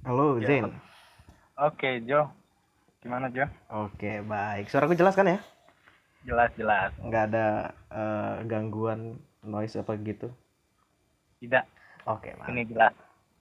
Halo Ya, Zain. oke Jo. Gimana Jo? Oke, baik. Suaraku jelas kan ya? Jelas jelas. Nggak ada gangguan noise apa gitu. Tidak, Oke, ini mantap. jelas.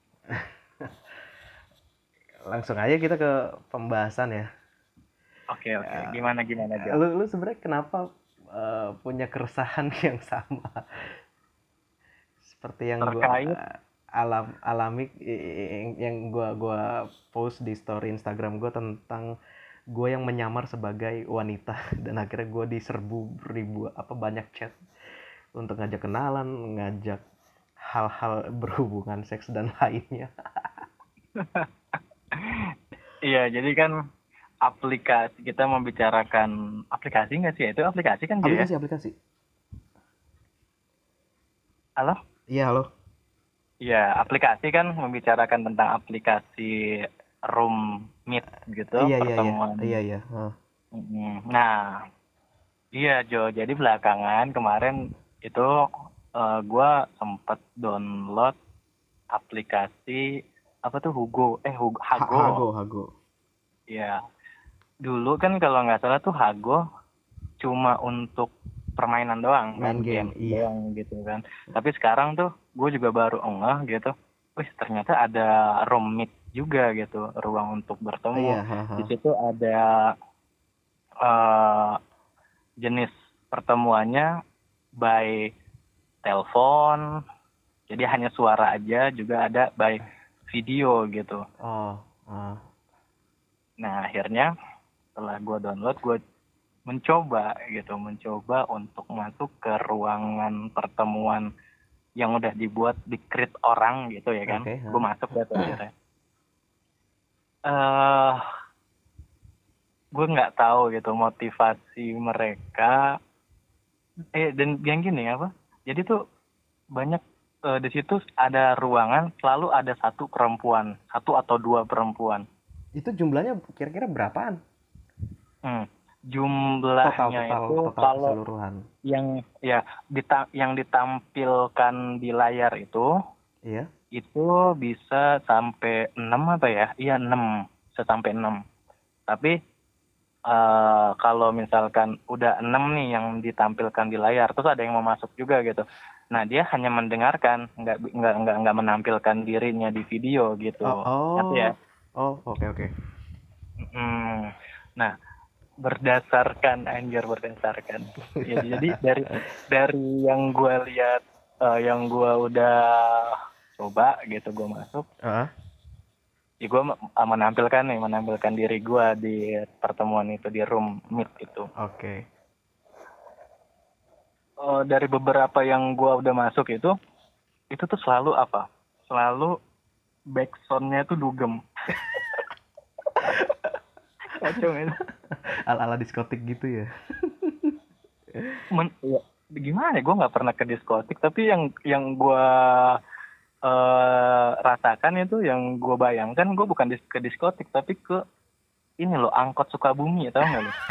Langsung aja kita ke pembahasan ya. Oke oke. Gimana gimana Jo? Lu sebenarnya kenapa punya keresahan yang sama seperti yang gua Terkait alami, yang gua post di story Instagram gua tentang gue yang menyamar sebagai wanita dan akhirnya gue diserbu ribu apa banyak chat untuk ngajak kenalan, ngajak hal-hal berhubungan seks dan lainnya. iya, jadi kan aplikasi kita membicarakan aplikasi nggak sih? Itu aplikasi kan Jo ya? Aplikasi. Halo? Iya, halo. Iya, aplikasi kan membicarakan tentang aplikasi room meet gitu, Iya. pertemuan. Iya, iya. Heeh. Nah, iya Jo. Jadi belakangan kemarin itu gue sempat download aplikasi apa tuh Hago. Hago. Ya, dulu kan kalau nggak salah tuh Hago cuma untuk permainan doang, Main main game. game Iya. doang gitu kan. Tapi sekarang tuh gue juga baru gitu. Wih, ternyata ada room meet juga gitu, ruang untuk bertemu. Iya, haha. Di situ ada eh, jenis pertemuannya by telepon, jadi hanya suara aja, juga ada by video gitu. Oh, Nah, akhirnya setelah gue download, gue mencoba untuk masuk ke ruangan pertemuan yang udah dibuat di create orang gitu ya kan. oke. Gue masuk deh tuh akhirnya. Eh, gue nggak tahu gitu motivasi mereka. Dan yang gini apa? Jadi tuh banyak di situ ada ruangan selalu ada satu atau dua perempuan. Itu jumlahnya kira-kira berapaan? Hmm. Jumlahnya itu Total kalau keseluruhan. yang ya yang ditampilkan di layar Iya. itu bisa sampai 6 apa ya? Iya 6, bisa sampai 6. Tapi kalau misalkan udah 6 nih yang ditampilkan di layar, terus ada yang mau masuk juga gitu. Nah, dia hanya mendengarkan, nggak menampilkan dirinya di video gitu. Oh, Ngerti ya? oh. Oh, oke. Hmm. Nah, berdasarkan ya, jadi dari yang gue lihat, yang gue udah coba gitu, gue masuk Ah, ya, gue menampilkan diri gue di pertemuan itu, di room meet itu. oke. Dari beberapa yang gue udah masuk itu tuh selalu backsoundnya tuh dugem. Kacau itu. Ala-ala diskotik gitu ya. Ya, gimana ya, gue nggak pernah ke diskotik, tapi yang gue rasakan itu, yang gue bayangkan, gue bukan ke diskotik tapi ke ini loh, angkot Sukabumi, tau nggak lo?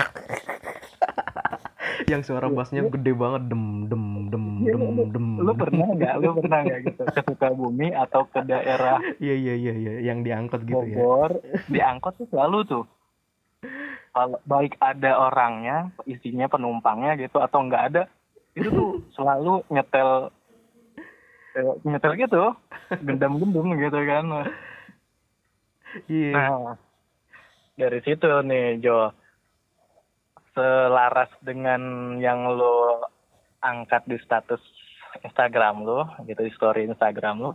Yang suara bassnya gede banget, dem dem dem dem dem. Lu pernah nggak gitu ke Sukabumi atau ke daerah Iya, yang diangkut gitu ya. Bogor, di angkot tuh selalu tuh, kalau baik ada orangnya, isinya penumpangnya gitu atau nggak ada, itu tuh selalu nyetel gitu, gendam-gendam gitu kan. Iya. Nah, dari situ nih Jo, selaras dengan yang lo angkat di status Instagram lo gitu, di story Instagram lo,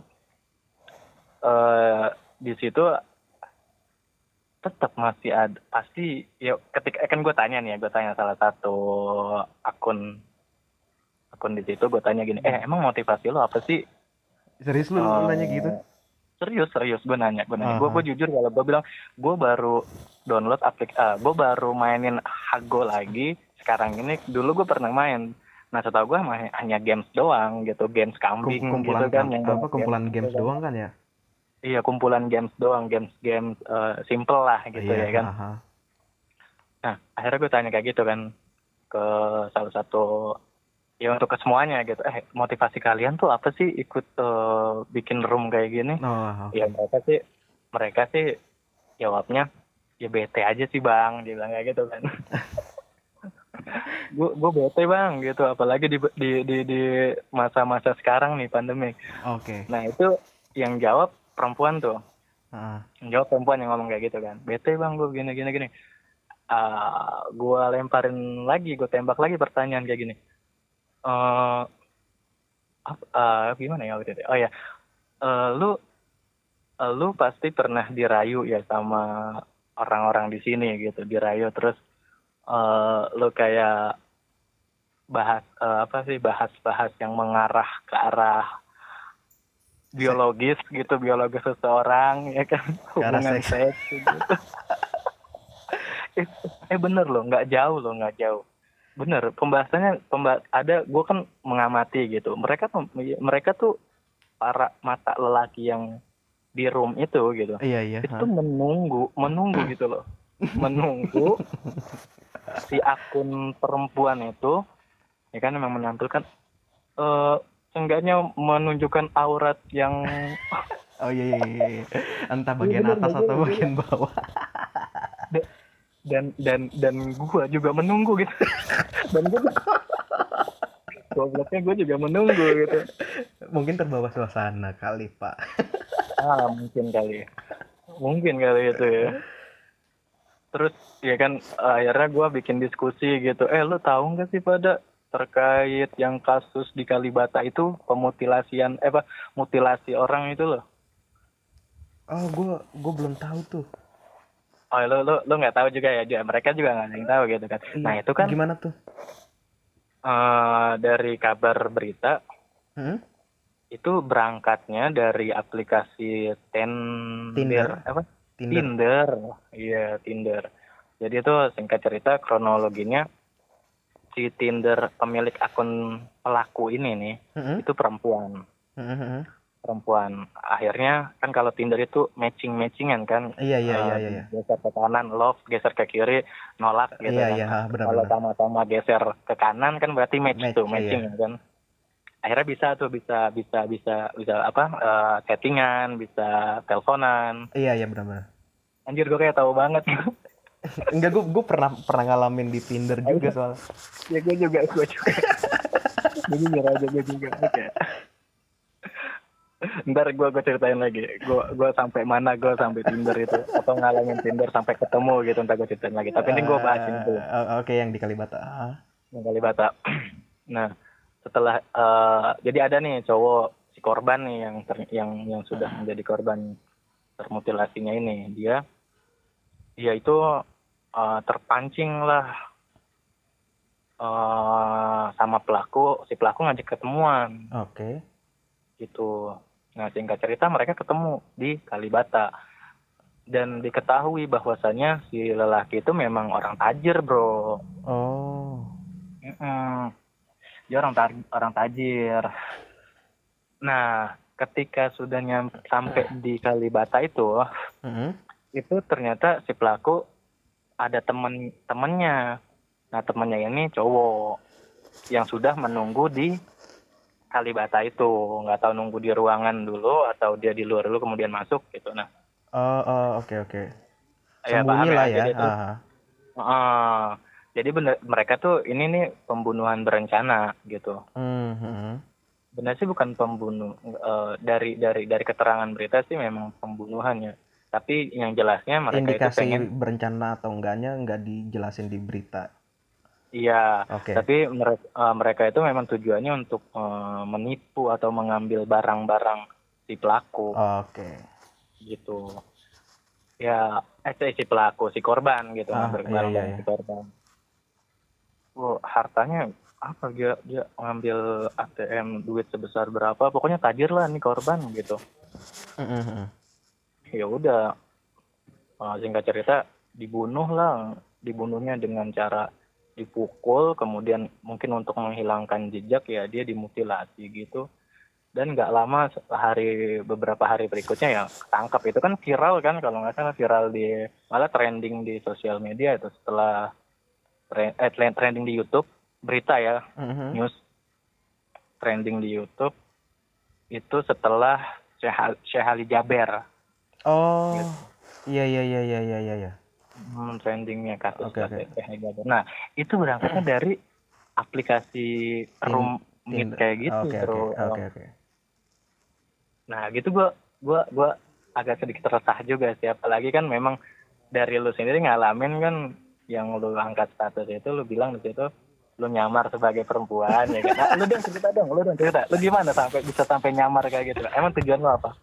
di situ tetap masih ada, pasti ya. Ketika kan gue tanya salah satu akun di situ, gue tanya gini, emang motivasi lo apa sih? Serius lu nanya gitu? Serius gue nanya. Gue Aha. jujur, kalau gue bilang gue baru download gue baru mainin Hago lagi sekarang ini. Dulu gue pernah main, nah setahu gue hanya games doang gitu, games kambing gitu kan, yang banyak games Kumpulan gitu games kan. doang kan ya? Iya, kumpulan games doang, games simple lah gitu Iya, ya kan. haha. Nah, akhirnya gue tanya kayak gitu kan ke salah satu, ya untuk ke semuanya gitu, motivasi kalian tuh apa sih ikut bikin room kayak gini? Oh, oke. Ya mereka sih mereka sih jawabnya ya bete aja sih bang, dia bilang kayak gitu kan. gue bete bang gitu, apalagi di masa-masa sekarang nih pandemi. Oke. Nah itu yang jawab perempuan tuh, Heeh. yang jawab perempuan yang ngomong kayak gitu kan, bete bang gue gini gini gini. Gue lemparin lagi, gue tembak lagi pertanyaan kayak gini. eh Gimana ya waktu itu? Oh ya, lu pasti pernah dirayu ya sama orang-orang di sini gitu, dirayu terus lu kayak bahas yang mengarah ke arah biologis gitu, biologis seseorang ya kan, Ke arah hubungan seks. seks gitu. Bener loh, nggak jauh bener pembahasannya. Ada, gue kan mengamati gitu, mereka tuh para mata lelaki yang di room itu gitu, Iya, iya. itu tuh menunggu gitu loh, menunggu si akun perempuan itu ya kan memang menampilkan seenggaknya menunjukkan aurat yang Oh iya, iya, iya, iya. Entah iya bagian bener atas bener atau bener. bagian bawah. Dan gue juga menunggu gitu. Dan gobloknya gue juga menunggu gitu. Mungkin terbawa suasana kali, Pak. Mungkin kali itu ya. Terus ya kan akhirnya gue bikin diskusi gitu, lu tahu nggak sih pada terkait yang kasus di Kalibata itu, mutilasi orang itu loh. Oh, gue belum tahu tuh. Oh, lo nggak tahu juga ya, mereka juga nggak ada yang tahu gitu kan. Iya, Nah itu kan gimana tuh? dari kabar berita Hmm? itu berangkatnya dari aplikasi Tinder. Tinder. Tinder. Iya, Tinder. Jadi itu singkat cerita kronologinya, si Tinder pemilik akun pelaku ini nih, Hmm? itu perempuan. Hmm. Akhirnya kan kalau Tinder itu matchingan kan, Iya, iya, iya, iya, iya. geser ke kanan love, geser ke kiri nolak gitu Iya, kan. iya, Kalau benar-benar. sama-sama geser ke kanan kan berarti Match, matching iya. kan. Akhirnya bisa chattingan, bisa teleponan. Iya, iya, benar-benar. Anjir, gue kayak tahu banget. Enggak, gue pernah ngalamin di Tinder juga soalnya. Ya gue juga. Gue nyerah aja, gue juga. Oke. Ntar gue ceritain lagi. Gue sampai mana, gue sampai Tinder itu, atau ngalamin Tinder sampai ketemu gitu, ntar gue ceritain lagi. Tapi ini gue bahas ini dulu. Oke, yang di Kalibata. Yang Kalibata. Nah, setelah jadi ada nih cowok, si korban nih yang sudah menjadi korban termutilasinya ini, dia itu terpancing lah sama si pelaku ngajak ketemuan. Oke. Gitu. Nah, singkat cerita mereka ketemu di Kalibata dan diketahui bahwasannya si lelaki itu memang orang tajir, bro. Oh. Dia orang tajir. Nah, ketika sudah sampai di Kalibata itu ternyata si pelaku ada temennya. Nah, temennya ini cowok yang sudah menunggu di Kalibata itu, nggak tahu nunggu di ruangan dulu atau dia di luar dulu kemudian masuk gitu. Nah, oke. ya Sembunyi paham lah ya. ya. Jadi bener, mereka tuh ini nih pembunuhan berencana gitu. Benar sih bukan pembunuh, dari keterangan berita sih memang pembunuhannya. Tapi yang jelasnya mereka Indikasi itu pengen berencana atau enggaknya nggak dijelasin di berita. iya, Oke. tapi mereka itu memang tujuannya untuk menipu atau mengambil barang-barang si pelaku. Oke. Gitu. Ya, si korban gitu, ngambil barang-barang si korban. Hartanya apa, dia ngambil ATM duit sebesar berapa, pokoknya tajir lah nih korban gitu. Ya udah, singkat cerita dibunuhnya dengan cara dipukul, kemudian mungkin untuk menghilangkan jejak ya dia dimutilasi gitu. Dan nggak lama, beberapa hari berikutnya ya ketangkap. Itu kan viral kan, kalau nggak salah viral malah trending di sosial media itu setelah trending di YouTube, berita ya, news trending di YouTube itu setelah Syekh Ali Jaber Oh, gitu. iya. Trendingnya kasus Oke, oke. Gabor. Nah, itu berangkatnya dari aplikasi Meet Tinder. kayak gitu, Oke, oke, bro. oke, oke. Nah, gitu gua agak sedikit resah juga sih, apalagi kan memang dari lu sendiri ngalamin kan, yang lu angkat status itu lu bilang di situ lu nyamar sebagai perempuan ya kan. Nah, lu dong cerita. Lu gimana sampai bisa sampai nyamar kayak gitu? Emang tujuan lu apa?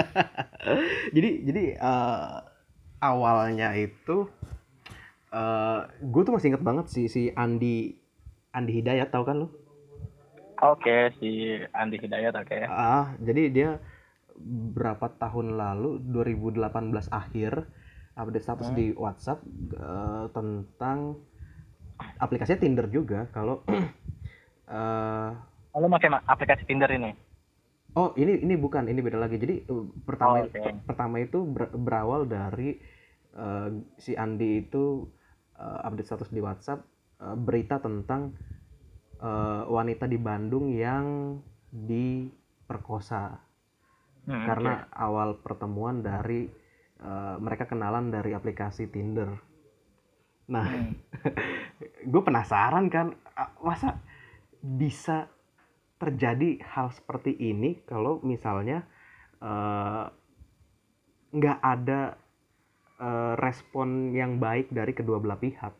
Jadi awalnya itu gue tuh masih inget banget si Andi Hidayat, tahu kan lo? Oke, si Andi Hidayat, oke. Jadi dia berapa tahun lalu 2018 akhir update status Hmm. di WhatsApp tentang aplikasinya Tinder juga kalau eh, Oh, lu pakai aplikasi Tinder ini? oh ini bukan, ini beda lagi. Jadi Oh, oke. pertama itu berawal dari si Andi itu update status di WhatsApp berita tentang wanita di Bandung yang diperkosa Oke. karena awal pertemuan dari mereka kenalan dari aplikasi Tinder. Nah, Hmm. gue penasaran kan, masa bisa terjadi hal seperti ini kalau misalnya eh, nggak ada respon yang baik dari kedua belah pihak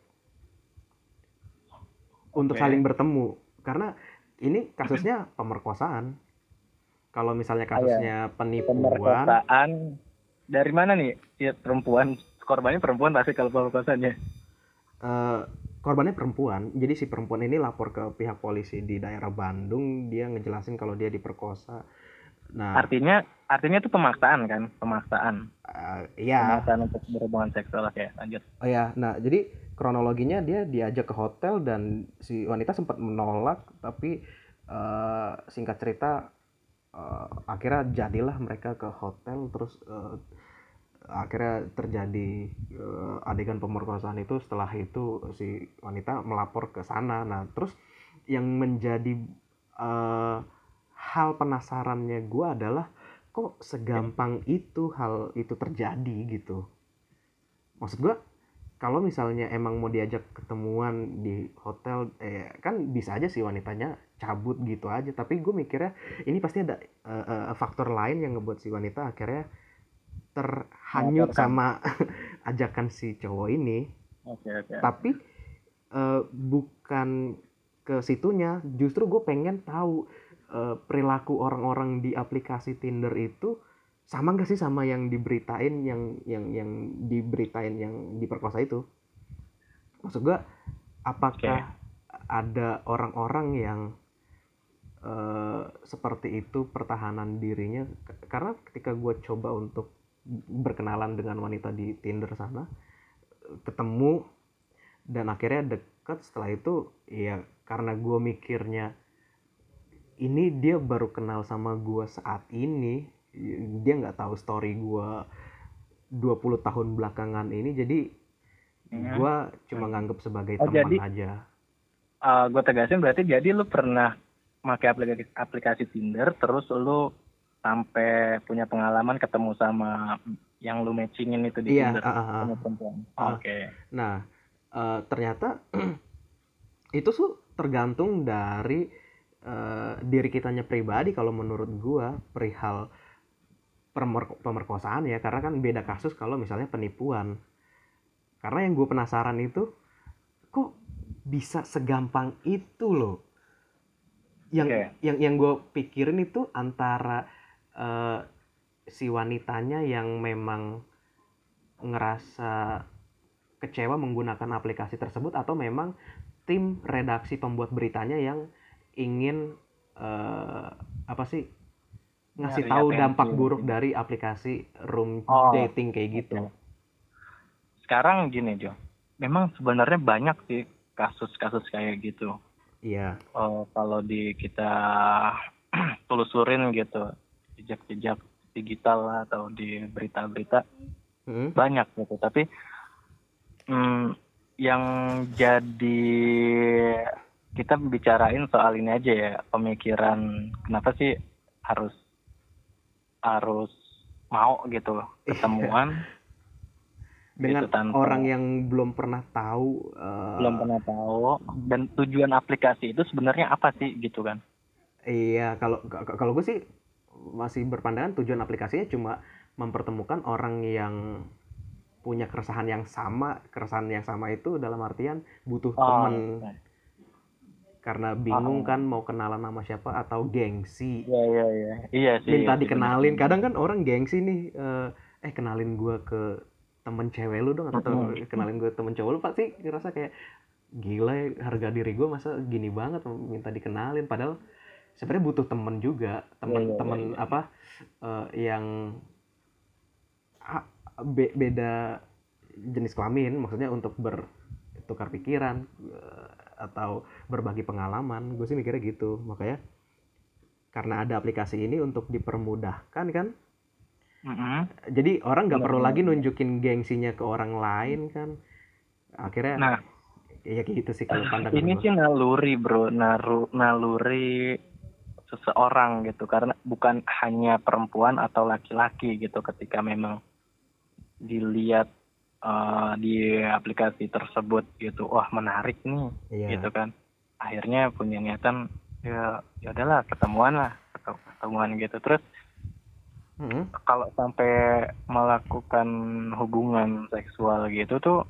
untuk saling Oke. bertemu, karena ini kasusnya pemerkosaan. Kalau misalnya Ah, ya. kasusnya penipuan, Pemerkosaan dari mana nih? Ya, perempuan, korbannya perempuan pasti kalau pemerkosaannya. eh, korbannya perempuan. Jadi si perempuan ini lapor ke pihak polisi di daerah Bandung, dia ngejelasin kalau dia diperkosa. Nah, Artinya itu pemaksaan kan? Pemaksaan. iya. Pemaksaan untuk berhubungan seksual. Oke, lanjut. Oh ya, nah jadi kronologinya dia diajak ke hotel dan si wanita sempat menolak, tapi singkat cerita akhirnya jadilah mereka ke hotel, terus akhirnya terjadi adegan pemerkosaan itu. Setelah itu si wanita melapor ke sana. Nah terus yang menjadi eh, hal penasarannya gue adalah kok Oke. segampang itu hal itu terjadi gitu. Maksud gue, kalau misalnya emang mau diajak ketemuan di hotel, kan bisa aja sih wanitanya cabut gitu aja. Tapi gue mikirnya ini pasti ada faktor lain yang ngebuat si wanita akhirnya terhanyut Melaporkan. sama ajakan si cowok ini. Oke, oke, oke. Tapi bukan ke situnya, justru gue pengen tahu perilaku orang-orang di aplikasi Tinder itu sama nggak sih sama yang diberitain, yang diberitain yang diperkosa itu. Maksud gue, Oke. apakah ada orang-orang yang seperti itu pertahanan dirinya. Karena ketika gue coba untuk berkenalan dengan wanita di Tinder sana, ketemu dan akhirnya deket. Setelah itu ya karena gue mikirnya ini dia baru kenal sama gue saat ini, dia nggak tahu story gue 20 tahun belakangan ini, jadi Mhm. gue cuma nganggep sebagai Oh, teman jadi aja. gue tegasin berarti jadi lu pernah pakai aplikasi Tinder, terus lu sampai punya pengalaman ketemu sama yang lu matchingin itu di Iya. Tinder, sama perempuan. Oke. Nah ternyata itu tuh tergantung dari diri kitanya pribadi kalau menurut gua perihal pemerkosaan ya, karena kan beda kasus kalau misalnya penipuan. Karena yang gue penasaran itu kok bisa segampang itu loh. Yang Oke. yang gue pikirin itu antara eh, si wanitanya yang memang ngerasa kecewa menggunakan aplikasi tersebut, atau memang tim redaksi pembuat beritanya yang ingin eh, apa sih, ngasih Nyari tahu atensi dampak buruk mungkin. dari aplikasi room Oh, dating kayak oke. gitu. Sekarang gini, Jo. Memang sebenarnya banyak sih kasus-kasus kayak gitu. Iya. Kalau di kita telusurin gitu, jejak-jejak digital lah, atau di berita-berita Hmm? banyak gitu. Tapi yang jadi kita bicarain soal ini aja ya, pemikiran kenapa sih harus harus mau gitu ketemuan dengan gitu, tanpa orang yang belum pernah tahu. belum pernah tahu, dan tujuan aplikasi itu sebenarnya apa sih gitu kan. Iya, kalau gue sih masih berpandangan tujuan aplikasinya cuma mempertemukan orang yang punya keresahan yang sama. Keresahan yang sama itu dalam artian butuh temen, karena bingung kan mau kenalan sama siapa, atau gengsi. Iya sih, Minta iya sih, dikenalin. bener. Kadang kan orang gengsi nih, kenalin gue ke temen cewek lu dong, atau kenalin gue temen cowok lu, pasti ngerasa kayak gila ya, harga diri gue masa gini banget minta dikenalin, padahal sebenarnya butuh temen juga, temen apa, yang beda jenis kelamin, maksudnya untuk bertukar pikiran, atau berbagi pengalaman. Gue sih mikirnya gitu. Makanya karena ada aplikasi ini untuk dipermudahkan kan, jadi orang nggak perlu lagi nunjukin gengsinya ke orang lain kan, akhirnya ya gitu sih kalau pandangan ini gue. sih naluri bro, naluri seseorang gitu, karena bukan hanya perempuan atau laki-laki gitu, ketika memang dilihat di aplikasi tersebut gitu, wah menarik nih, gitu kan, akhirnya punya niatan ya udahlah ketemuan gitu. Terus kalau sampai melakukan hubungan seksual gitu tuh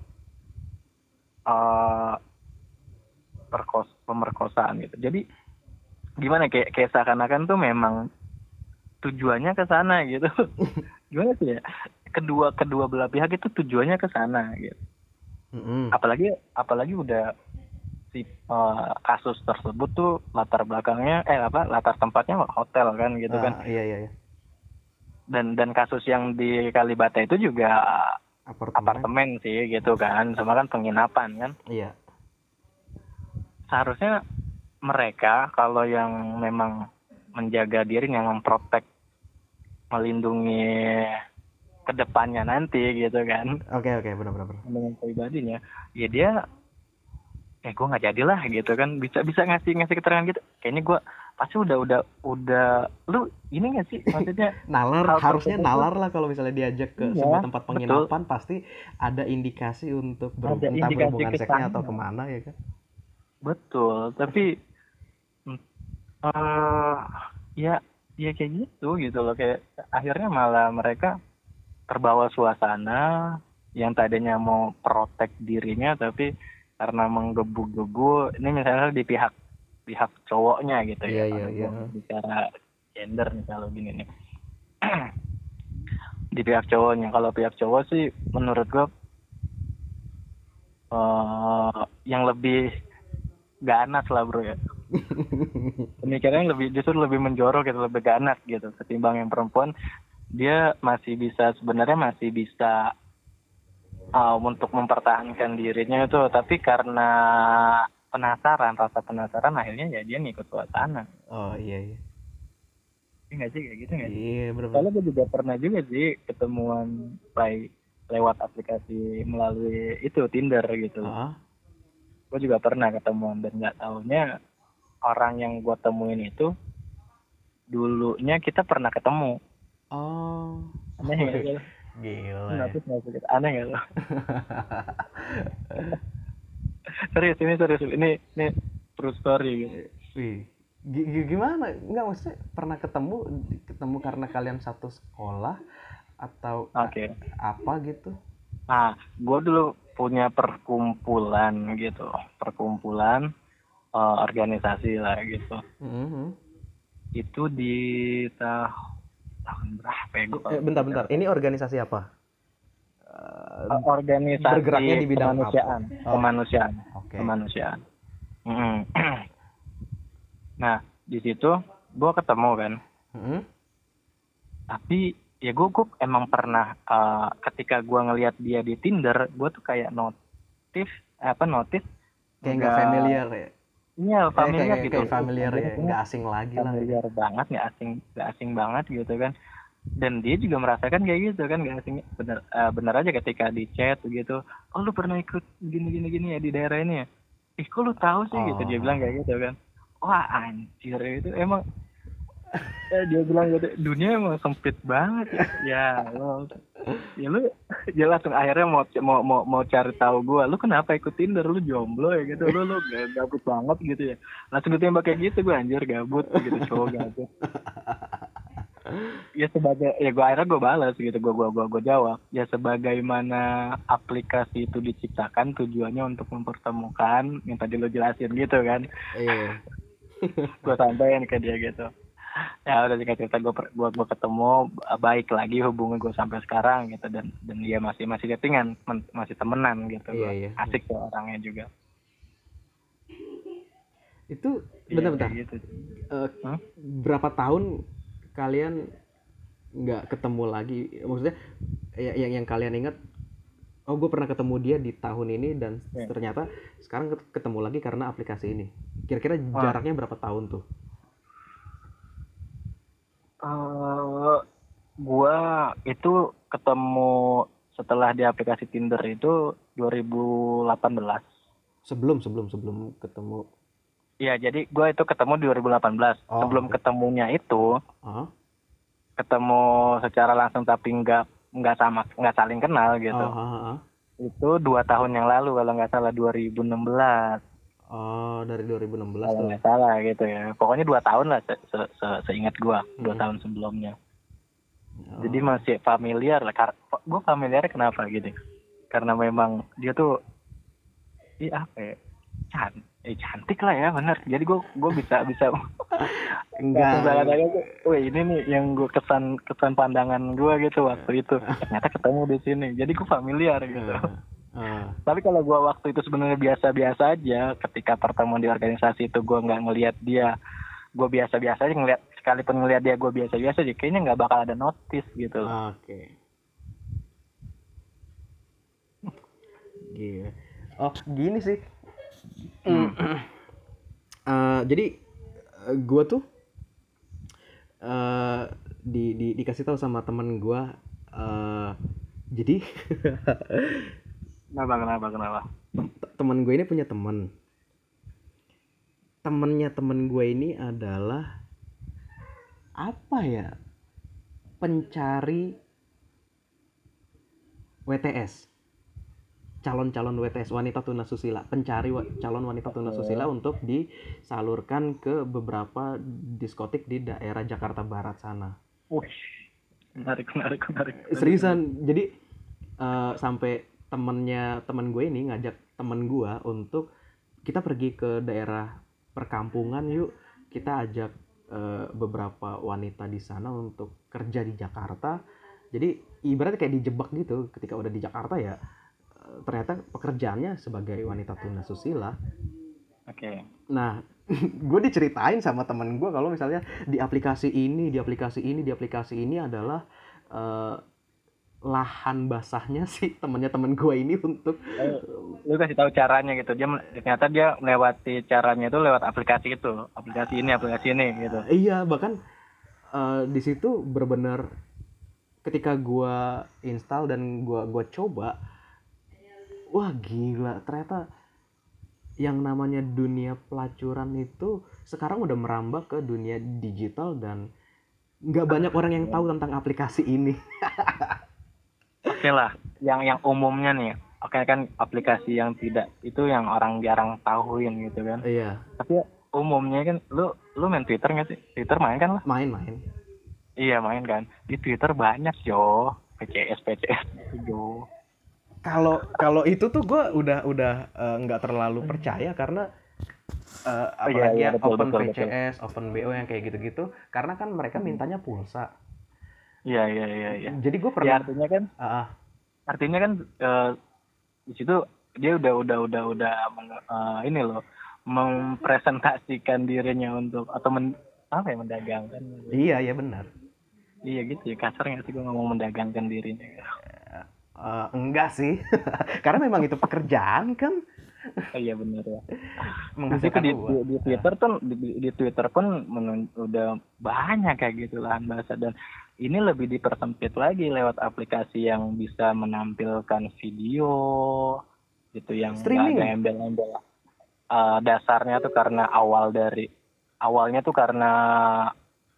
pemerkosaan gitu. Jadi gimana, kayak seakan-akan tuh memang tujuannya ke sana gitu. Gimana sih ya? Kedua belah pihak itu tujuannya ke sana gitu. Apalagi udah si kasus tersebut tuh latar belakangnya latar tempatnya hotel kan gitu kan. Iya. Dan kasus yang di Kalibata itu juga apartemen sih gitu kan, sama kan penginapan kan. Iya. Seharusnya mereka kalau yang memang menjaga diri, yang memprotek, melindungi kedepannya nanti gitu kan. Oke, benar. Dengan pribadinya, ya dia gue nggak jadilah gitu kan, bisa ngasih keterangan gitu. Kayaknya gue pasti udah lu ini nggak sih, maksudnya harusnya nalar lah kalau misalnya diajak ke sebuah tempat penginapan, betul. Pasti ada indikasi untuk entah berhubungan seksnya atau kemana ya kan. Betul, tapi ya kayak gitu loh, kayak akhirnya malah mereka terbawa suasana yang tadinya mau protek dirinya, tapi karena menggebu-gebu, ini misalnya di pihak cowoknya gitu ya. Bicara gender nih kalau gini nih. Di pihak cowoknya, kalau pihak cowok sih menurut gue yang lebih ganas lah bro ya. Pemikirannya justru lebih menjorok gitu, lebih ganas gitu ketimbang yang perempuan. Dia sebenarnya masih bisa untuk mempertahankan dirinya itu, tapi karena rasa penasaran akhirnya ya dia ngikut suasana. Oh iya. Ini nggak sih kayak gitu nggak sih? Iya benar. Soalnya gue juga pernah juga sih ketemuan lewat aplikasi melalui itu Tinder gitu. Gue juga pernah ketemuan, dan nggak taunya orang yang gue temuin itu dulunya kita pernah ketemu. Oh. Aneh nggak sih? Gila. Aneh nggak lo? Serius ini true story gitu. Gimana? Enggak, maksudnya pernah ketemu karena kalian satu sekolah atau apa gitu? Nah, gue dulu punya perkumpulan organisasi lah gitu. Itu di tahun berapa ya gue? Bentar. Ini organisasi apa? Organisasi bergeraknya di bidang kemanusiaan. Nah, di situ gue ketemu kan. Tapi ya gue emang pernah ketika gue ngelihat dia di Tinder, gue tuh kayak notice kayak nggak familiar ya. Iya, familiar gitu. Kayak familiar ya, nggak asing lagi lah. Familiar banget, nggak asing banget gitu kan. Dan dia juga merasakan kayak gitu kan, nggak asing. Bener aja ketika di chat gitu. Oh lu pernah ikut gini ya di daerah ini ya? Kok lu tahu sih gitu, dia bilang kayak gitu kan. Wah anjir, itu emang Dia bilang gitu, dunia emang sempit banget ya. Lu dia langsung akhirnya mau cari tahu gue, lu kenapa ikut Tinder, lu jomblo ya gitu, lu gabut banget gitu ya. Langsung ditembak kayak gitu, gue anjir gabut gitu, cowok gabut. Ya sebagai, ya gue akhirnya gue balas gitu, gue jawab ya, sebagaimana aplikasi itu diciptakan tujuannya untuk mempertemukan yang tadi lo jelasin gitu kan. Iya. Gue sampaikan ke dia gitu. Ya udah, singkat cerita gue ketemu, baik lagi hubungan gue sampai sekarang gitu, dan dia masih chattingan, masih temenan gitu. Iya, Gue iya. asik tuh orangnya juga. Itu Iya, bentar-bentar. kayak gitu. Berapa tahun kalian nggak ketemu lagi? Maksudnya yang kalian ingat, oh gue pernah ketemu dia di tahun ini dan ternyata sekarang ketemu lagi karena aplikasi ini. Kira-kira jaraknya berapa tahun tuh? Gua itu ketemu setelah di aplikasi Tinder itu 2018. Sebelum ketemu. Iya, jadi gua itu ketemu 2018. Sebelum ketemunya itu, ketemu secara langsung tapi nggak saling kenal gitu. Itu 2 tahun yang lalu kalau nggak salah, 2016. Oh, dari 2016 kalau tuh. Nggak salah gitu ya. Pokoknya 2 tahun lah seingat gua, 2 tahun sebelumnya. Jadi masih familiar lah. Gue familiar kenapa gitu? Karena memang dia tuh, apa ya? Cantik lah ya, bener. Jadi gue bisa enggak. Wih, ini nih yang gue kesan pandangan gue gitu waktu itu. Ternyata ketemu di sini. Jadi gue familiar gitu. Tapi kalau gue waktu itu sebenarnya biasa-biasa aja. Ketika pertemuan di organisasi itu gue nggak ngelihat dia, gue biasa-biasa aja sekalipun ngelihat dia gue biasa-biasa aja, kayaknya nggak bakal ada notice gitu. Oke. Gila. Oh, gini sih. Jadi gue tuh dikasih tahu sama temen gue. Jadi kenapa? Temen gue ini punya temennya temen gue ini adalah apa ya, pencari WTS, calon WTS, wanita tunasusila, pencari calon wanita tunasusila untuk disalurkan ke beberapa diskotik di daerah Jakarta Barat sana. Menarik. Seriusan, jadi sampai temen gue ini ngajak temen gue untuk kita pergi ke daerah perkampungan yuk, kita ajak beberapa wanita di sana untuk kerja di Jakarta. Jadi ibaratnya kayak dijebak gitu. Ketika udah di Jakarta ya ternyata pekerjaannya sebagai wanita tunasusila. Oke. Nah, gue diceritain sama temen gue kalau misalnya di aplikasi ini adalah lahan basahnya si temen gue ini untuk lu kasih tahu caranya gitu. Ternyata dia melewati caranya itu lewat aplikasi ini gitu. Iya, bahkan di situ benar-benar ketika gue install dan gue coba, wah gila, ternyata yang namanya dunia pelacuran itu sekarang udah merambah ke dunia digital dan nggak banyak orang yang tahu tentang aplikasi ini. Oke lah, yang umumnya nih, oke kan aplikasi yang tidak itu yang orang jarang tahuin gitu kan. Iya. Tapi umumnya kan, lu main Twitter nggak sih? Twitter main kan lah? Main. Iya main kan. Di Twitter banyak jo, PCS jo. Kalau itu tuh gue udah nggak terlalu percaya karena apalagi ya open VCS, open BO yang kayak gitu-gitu, karena kan mereka mintanya pulsa. Iya. Jadi gue pernah. Ya, artinya kan di situ dia udah ini loh, mempresentasikan dirinya untuk atau mendagangkan. Iya benar. Iya gitu ya, kasar nggak sih gue ngomong mendagangkan dirinya? Enggak sih, karena memang itu pekerjaan kan. Iya benar ya. Menghasilkan di Twitter tuh di Twitter pun udah banyak kayak gitu lahan bahasa, dan ini lebih dipersempit lagi lewat aplikasi yang bisa menampilkan video gitu yang nggak ada embel-embel. Dasarnya tuh karena awalnya tuh karena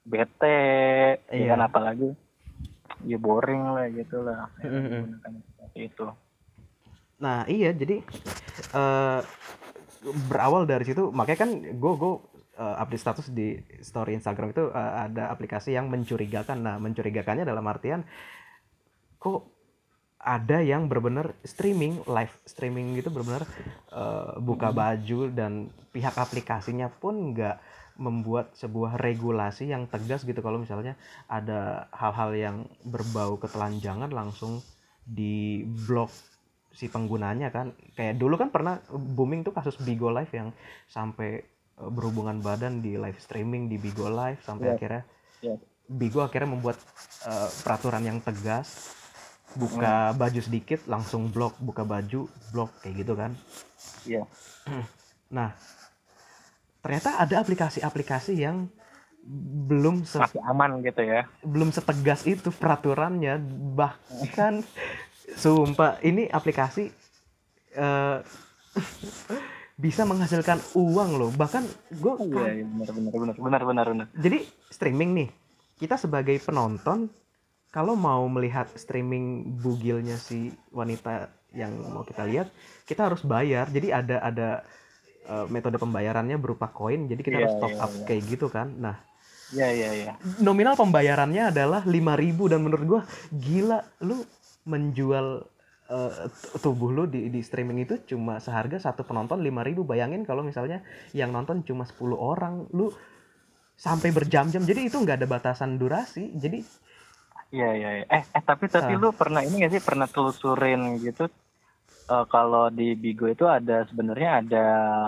bete, ya Iya. kan, apalagi ya boring lah gitu lah. Ya kan, Mm-mm. menggunakan seperti itu. Nah iya, jadi eh, berawal dari situ, makanya kan gue update status di story Instagram itu ada aplikasi yang mencurigakan. Nah mencurigakannya dalam artian, kok ada yang benar-benar streaming, live streaming gitu, benar-benar buka baju, dan pihak aplikasinya pun nggak membuat sebuah regulasi yang tegas gitu. Kalau misalnya ada hal-hal yang berbau ketelanjangan, langsung di blok si penggunanya kan. Kayak dulu kan pernah booming tuh kasus Bigo Live yang sampai berhubungan badan di live streaming di Bigo Live, sampai Iya, akhirnya iya. Bigo akhirnya membuat peraturan yang tegas, buka baju sedikit langsung blok, buka baju blok, kayak gitu kan. Iya. Nah ternyata ada aplikasi-aplikasi yang belum Masih aman gitu ya. belum setegas itu peraturannya. Bahkan sumpah ini aplikasi eh, bisa menghasilkan uang loh. Bahkan gue Iya, iya, benar. jadi streaming nih, kita sebagai penonton kalau mau melihat streaming bugilnya si wanita yang mau kita lihat, kita harus bayar. Jadi ada metode pembayarannya berupa koin, jadi kita Iya, harus top iya, up iya. kayak gitu kan. Nah Iya. nominal pembayarannya adalah 5.000, dan menurut gua gila, lu menjual tubuh lu di streaming itu cuma seharga satu penonton 5.000. Bayangin kalau misalnya yang nonton cuma 10 orang, lu sampai berjam-jam. Jadi itu nggak ada batasan durasi. Jadi Iya. Tapi lu pernah ini nggak sih, pernah telusurin gitu, kalau di Bigo itu ada sebenarnya ada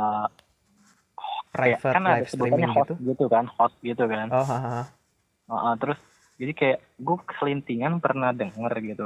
kayak private kan ada live sebutannya streaming host gitu. host gitu kan. Oh, hahaha. Terus jadi kayak gue keselintingan pernah denger gitu,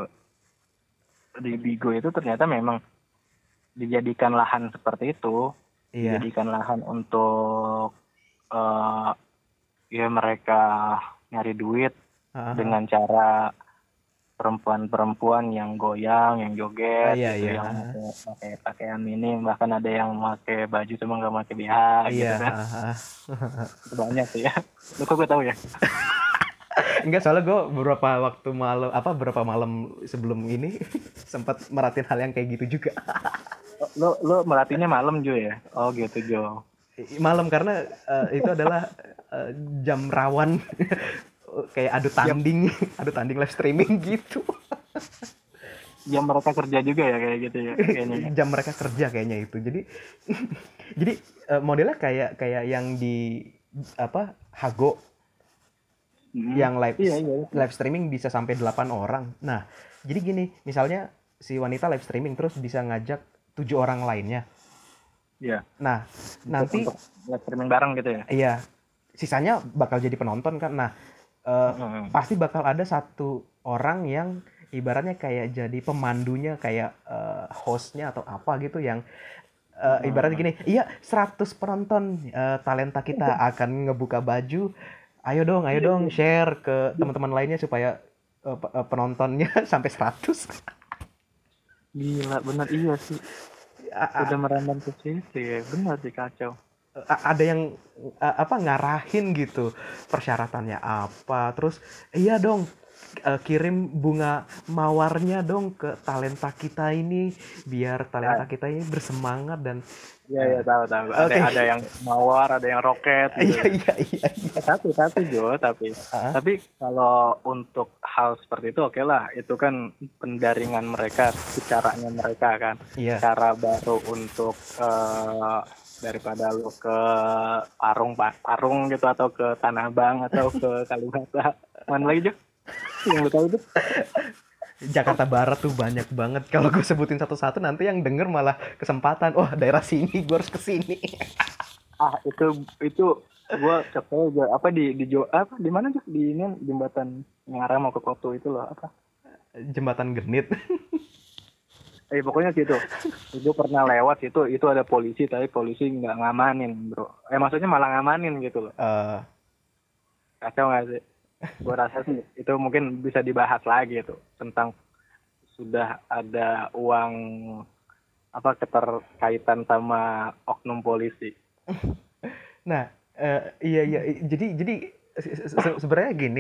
di Bigo itu ternyata memang dijadikan lahan seperti itu, Iya. dijadikan lahan untuk eh ya mereka nyari duit Hahaha. dengan cara perempuan-perempuan yang goyang, yang joget Iya, gitu, iya. yang pakai pakaian minim, bahkan ada yang pakai baju cuma nggak pakai BH gitu Iya, kan. hahaha. Itu banyak sih ya. Lu kok gue tahu ya? Enggak, soalnya gue beberapa malam sebelum ini sempat merhatiin hal yang kayak gitu juga. Lu melatihnya malam Jo ya? Oh gitu Jo. Malam, karena itu adalah jam rawan. Kayak adu tanding live streaming gitu. Jam mereka kerja juga ya kayak gitu ya kayaknya. Jam mereka kerja kayaknya itu. Jadi jadi modelnya kayak yang di apa, Hago, yang Iya. live streaming bisa sampai 8 orang. Nah, jadi gini, misalnya si wanita live streaming terus bisa ngajak 7 orang lainnya. Iya. Nah, nanti Untuk live streaming bareng gitu ya. iya, sisanya bakal jadi penonton kan. Nah, pasti bakal ada satu orang yang ibaratnya kayak jadi pemandunya, kayak hostnya atau apa gitu, yang ibaratnya gini, iya 100 penonton, talenta kita akan ngebuka baju, ayo dong share ke teman-teman lainnya supaya penontonnya sampai 100. Gila, benar iya sih. Udah merambah ke situ ya, benar sih kacau. Ada yang ngarahin gitu persyaratannya apa, terus iya dong, kirim bunga mawarnya dong ke talenta kita ini, biar talenta kita ini bersemangat. Dan Iya tahu. Oke. Ada yang mawar, ada yang roket gitu. iya. Tapi Jo, tapi kalau untuk hal seperti itu oke lah, itu kan pendaringan mereka, caranya mereka kan. Iya. Cara baru untuk daripada lu ke parung gitu, atau ke Tanah Abang, atau ke Kalibata. Mana lagi Jo? Yang lu tahu tuh? Jakarta Barat tuh banyak banget. Kalau gue sebutin satu-satu nanti yang denger malah kesempatan. Wah, daerah sini gue harus kesini. Itu gua capek aja. Apa di mana tuh, di ini jembatan yang arah mau ke Koto itu loh, apa? Jembatan Genit. Pokoknya situ. Gue pernah lewat itu ada polisi, tapi polisi nggak ngamanin bro. Maksudnya malah ngamanin gitu loh. Kacau nggak sih? Gue rasa sih itu mungkin bisa dibahas lagi tuh, tentang sudah ada uang keterkaitan sama oknum polisi. Nah, iya. Jadi sebenarnya gini,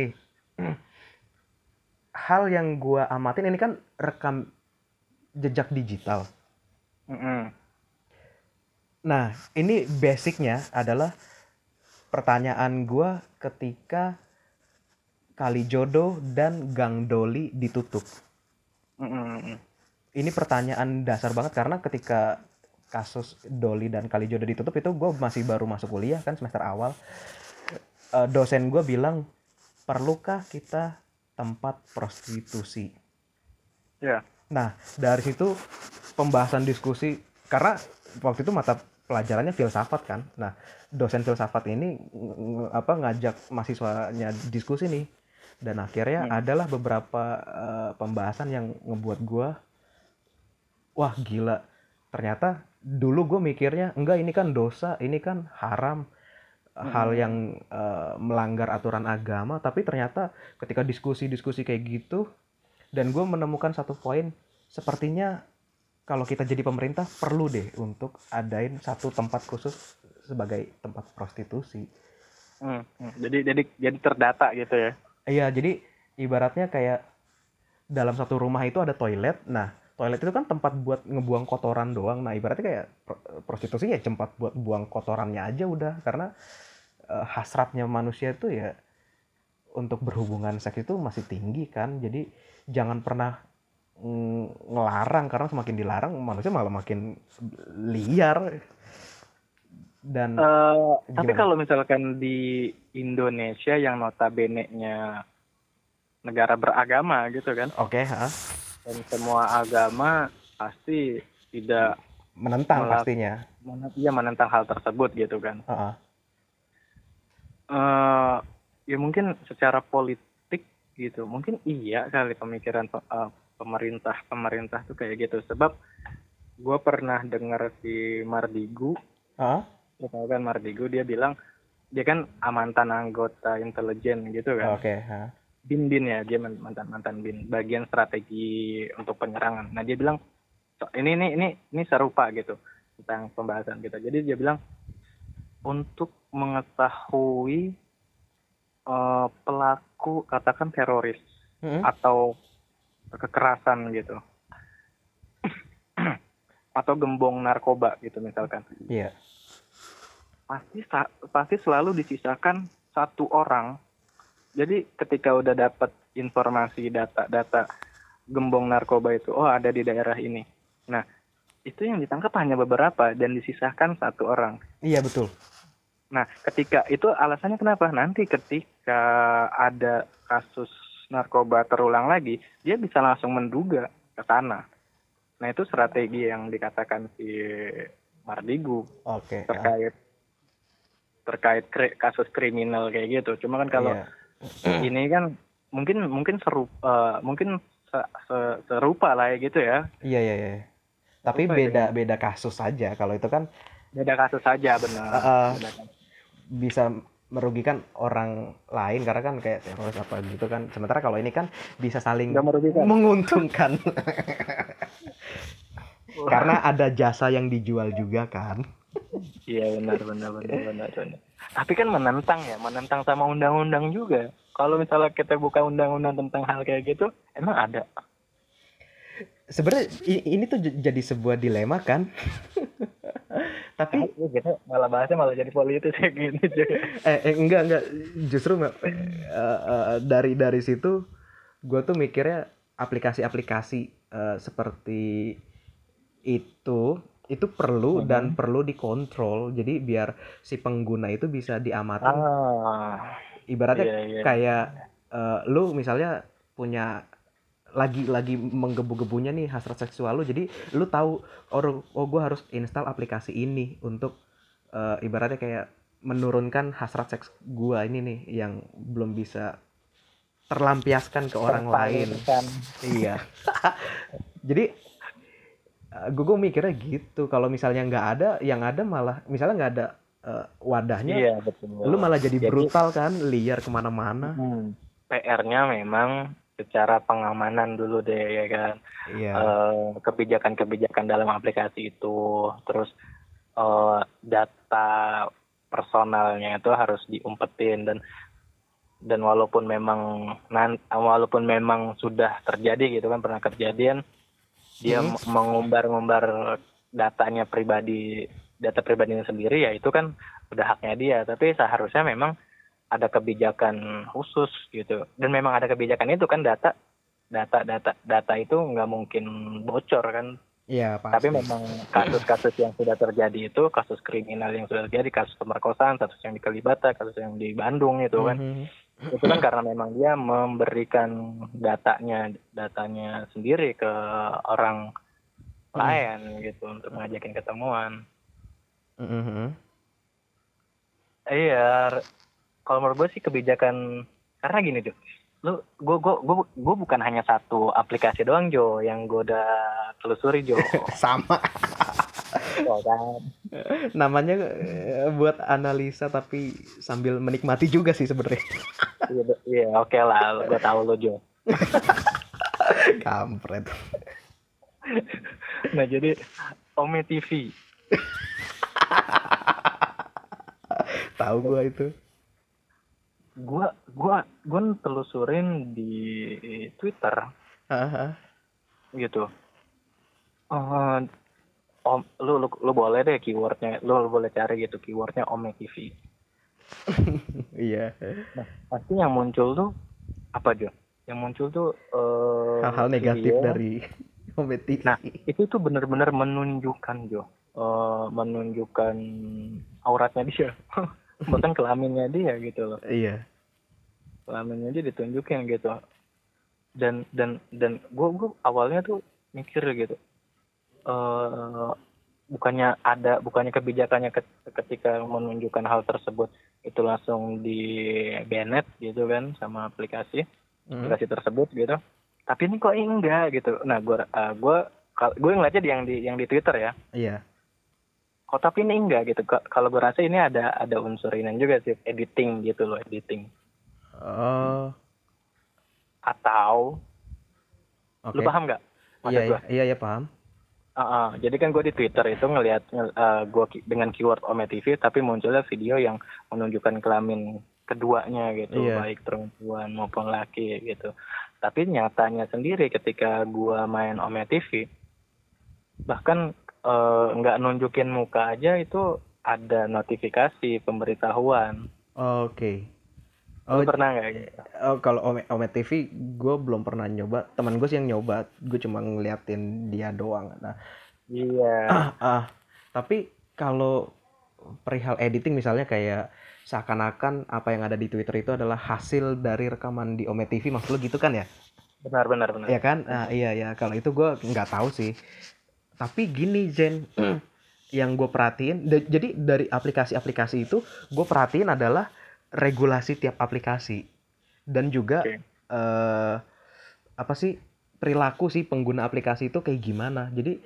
hal yang gue amatin ini kan rekam jejak digital. Mm-mm. Nah, ini basicnya adalah pertanyaan gue ketika Kalijodo dan Gang Doli ditutup. Mm-mm. Ini pertanyaan dasar banget karena ketika kasus Doli dan Kalijodo ditutup itu gue masih baru masuk kuliah kan semester awal. Dosen gue bilang, perlukah kita tempat prostitusi? Ya. Nah, dari situ pembahasan diskusi, karena waktu itu mata pelajarannya filsafat kan. Nah, dosen filsafat ini ngajak mahasiswanya diskusi nih. Dan akhirnya adalah beberapa pembahasan yang ngebuat gue, wah gila. Ternyata dulu gue mikirnya, enggak ini kan dosa, ini kan haram. Hal yang melanggar aturan agama. Tapi ternyata ketika diskusi-diskusi kayak gitu, dan gue menemukan satu poin, sepertinya kalau kita jadi pemerintah perlu deh untuk adain satu tempat khusus sebagai tempat prostitusi. Jadi terdata gitu ya. Iya, jadi ibaratnya kayak dalam satu rumah itu ada toilet. Nah, toilet itu kan tempat buat ngebuang kotoran doang. Nah, ibaratnya kayak prostitusi ya tempat buat buang kotorannya aja udah. Karena hasratnya manusia itu ya untuk berhubungan seks itu masih tinggi kan. Jadi jangan pernah ngelarang, karena semakin dilarang manusia malah makin liar. Dan tapi kalau misalkan di Indonesia yang notabene-nya negara beragama gitu kan, oke, dan semua agama pasti tidak menentang pastinya. Iya, menentang hal tersebut gitu kan. Ya mungkin secara politik gitu, mungkin iya kali pemikiran pemerintah tuh kayak gitu. Sebab gue pernah dengar si Mardigu, lo tau kan Mardigu, dia bilang dia kan mantan anggota intelijen gitu kan. Oke. Bin ya, dia mantan bin bagian strategi untuk penyerangan. Nah dia bilang ini serupa gitu tentang pembahasan kita. Jadi dia bilang untuk mengetahui pelaku katakan teroris atau kekerasan gitu atau gembong narkoba gitu misalkan. Iya. Pasti selalu disisakan satu orang. Jadi ketika udah dapat informasi data gembong narkoba itu, oh ada di daerah ini. Nah, itu yang ditangkap hanya beberapa dan disisahkan satu orang. Iya, betul. Nah, ketika itu alasannya kenapa? Nanti ketika ada kasus narkoba terulang lagi, dia bisa langsung menduga ke sana. Nah, itu strategi yang dikatakan si Mardigu terkait kasus kriminal kayak gitu. Cuma kan kalau ini kan mungkin serupa lah ya gitu ya. Iya. Tapi beda kasus saja. Kalau itu kan beda kasus saja, benar. Bisa merugikan orang lain karena kan kayak teroris apa gitu kan. Sementara kalau ini kan bisa saling menguntungkan. Karena ada jasa yang dijual juga kan. Iya, benar. Tapi kan menentang sama undang-undang juga. Kalau misalnya kita buka undang-undang tentang hal kayak gitu, emang ada. Sebenarnya ini tuh jadi sebuah dilema kan. Tapi kita bahasnya malah jadi politis kayak gini juga. Enggak, justru dari situ gue tuh mikirnya aplikasi-aplikasi seperti itu perlu dan perlu dikontrol. Jadi biar si pengguna itu bisa diamati. Ibaratnya kayak lu misalnya punya lagi menggebu-gebunya nih hasrat seksual lu, jadi lu tahu gue harus install aplikasi ini untuk ibaratnya kayak menurunkan hasrat seks gue ini nih yang belum bisa terlampiaskan ke orang lain. Iya. Jadi gue mikirnya gitu. Kalau misalnya nggak ada, yang ada malah misalnya nggak ada wadahnya, iya, betul. Lu malah jadi brutal kan, liar kemana-mana. PR-nya memang secara pengamanan dulu deh ya kan. Iya. Kebijakan-kebijakan dalam aplikasi itu, terus data personalnya itu harus diumpetin, dan Dan walaupun memang sudah terjadi gitu kan, pernah kejadian, dia mengumbar-ngumbar data pribadinya sendiri, ya itu kan udah haknya dia. Tapi seharusnya memang ada kebijakan khusus gitu. Dan memang ada kebijakan itu kan, data itu nggak mungkin bocor kan. Iya, Tapi pasti. memang kasus-kasus yang sudah terjadi itu, kasus kriminal yang sudah terjadi, kasus pemerkosaan, kasus yang di Kalibata, kasus yang di Bandung itu kan, itu kan karena memang dia memberikan datanya sendiri ke orang lain gitu untuk ngajakin ketemuan. Iya, kalau menurut gue sih kebijakan, karena gini Jo, gue bukan hanya satu aplikasi doang Jo yang gue udah telusuri Jo. Sama. Oh, kan. Namanya buat analisa tapi sambil menikmati juga sih sebenarnya. Iya, oke lah, gue tahu lo Jo. Kampret. Nah jadi Ome TV. Tahu gua itu. Gua telusurin di Twitter gitu. Lu boleh deh keywordnya, lu boleh cari gitu keywordnya Ome TV. Iya. Nah, pasti yang muncul tuh apa Jo? Yang muncul tuh hal-hal negatif video dari Ome TV. Nah, itu tuh benar-benar menunjukkan Jo, menunjukkan auratnya dia, bahkan kelaminnya dia gitu loh. Iya. Kelaminnya dia ditunjukin gitu. Dan gue awalnya tuh mikir gitu, bukannya kebijakannya ketika menunjukkan hal tersebut itu langsung di banned gitu kan sama aplikasi tersebut gitu. Tapi ini kok enggak gitu. Nah, gue ngeliatnya yang di Twitter ya. Iya. Kok tapi ini enggak gitu. Kalau gue rasa ini ada unsur ini juga sih, editing gitu loh, editing. Oh. Atau lu paham nggak? Iya, paham. Jadi kan gue di Twitter itu ngelihat gue dengan keyword Ome TV, tapi munculnya video yang menunjukkan kelamin keduanya gitu, baik perempuan maupun laki gitu. Tapi nyatanya sendiri ketika gue main Ome TV, bahkan nggak nunjukin muka aja itu ada notifikasi pemberitahuan. Oke. Lu pernah nggak gitu? Kalau Ome TV gue belum pernah nyoba. Teman gue sih yang nyoba, gue cuma ngeliatin dia doang. Nah, iya. Tapi kalau perihal editing misalnya kayak seakan-akan apa yang ada di Twitter itu adalah hasil dari rekaman di Ome TV, maksud lu gitu kan ya? Benar. Iya kan? Iya. Kalau itu gue nggak tahu sih. Tapi gini Zen, yang gue perhatiin, jadi dari aplikasi-aplikasi itu gue perhatiin adalah regulasi tiap aplikasi dan juga apa sih perilaku sih pengguna aplikasi itu kayak gimana. Jadi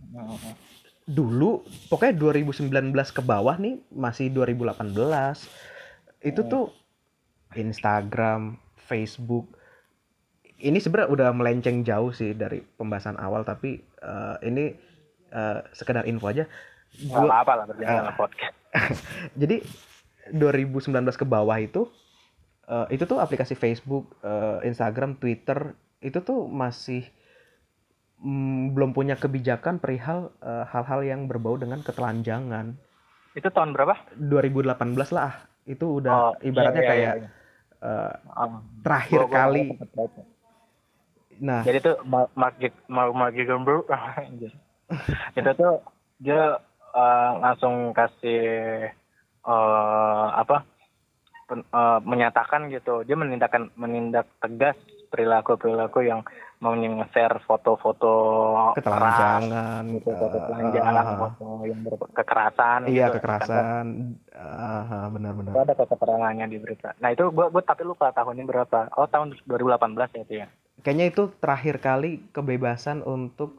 dulu pokoknya 2019 ke bawah nih, masih 2018 itu tuh Instagram, Facebook ini sebenarnya udah melenceng jauh sih dari pembahasan awal, tapi ini sekedar info aja. Nggak apa-apa lah berjalan podcast. Jadi 2019 ke bawah itu tuh aplikasi Facebook, Instagram, Twitter itu tuh masih belum punya kebijakan perihal hal-hal yang berbau dengan ketelanjangan. Itu tahun berapa? 2018 lah. Itu udah ibaratnya kayak terakhir kali. Nah, jadi tuh Mark Zuckerberg itu tuh dia langsung kasih menyatakan gitu, dia menindak tegas perilaku yang mau nge-share foto-foto ketelanjangan, foto telanjang, foto yang kekerasan. Iya, gitu, kekerasan. Benar-benar. Ada keterangannya di berita. Nah itu gue tapi lupa tahunnya berapa. Oh, tahun 2018 ya itu ya. Kayaknya itu terakhir kali kebebasan untuk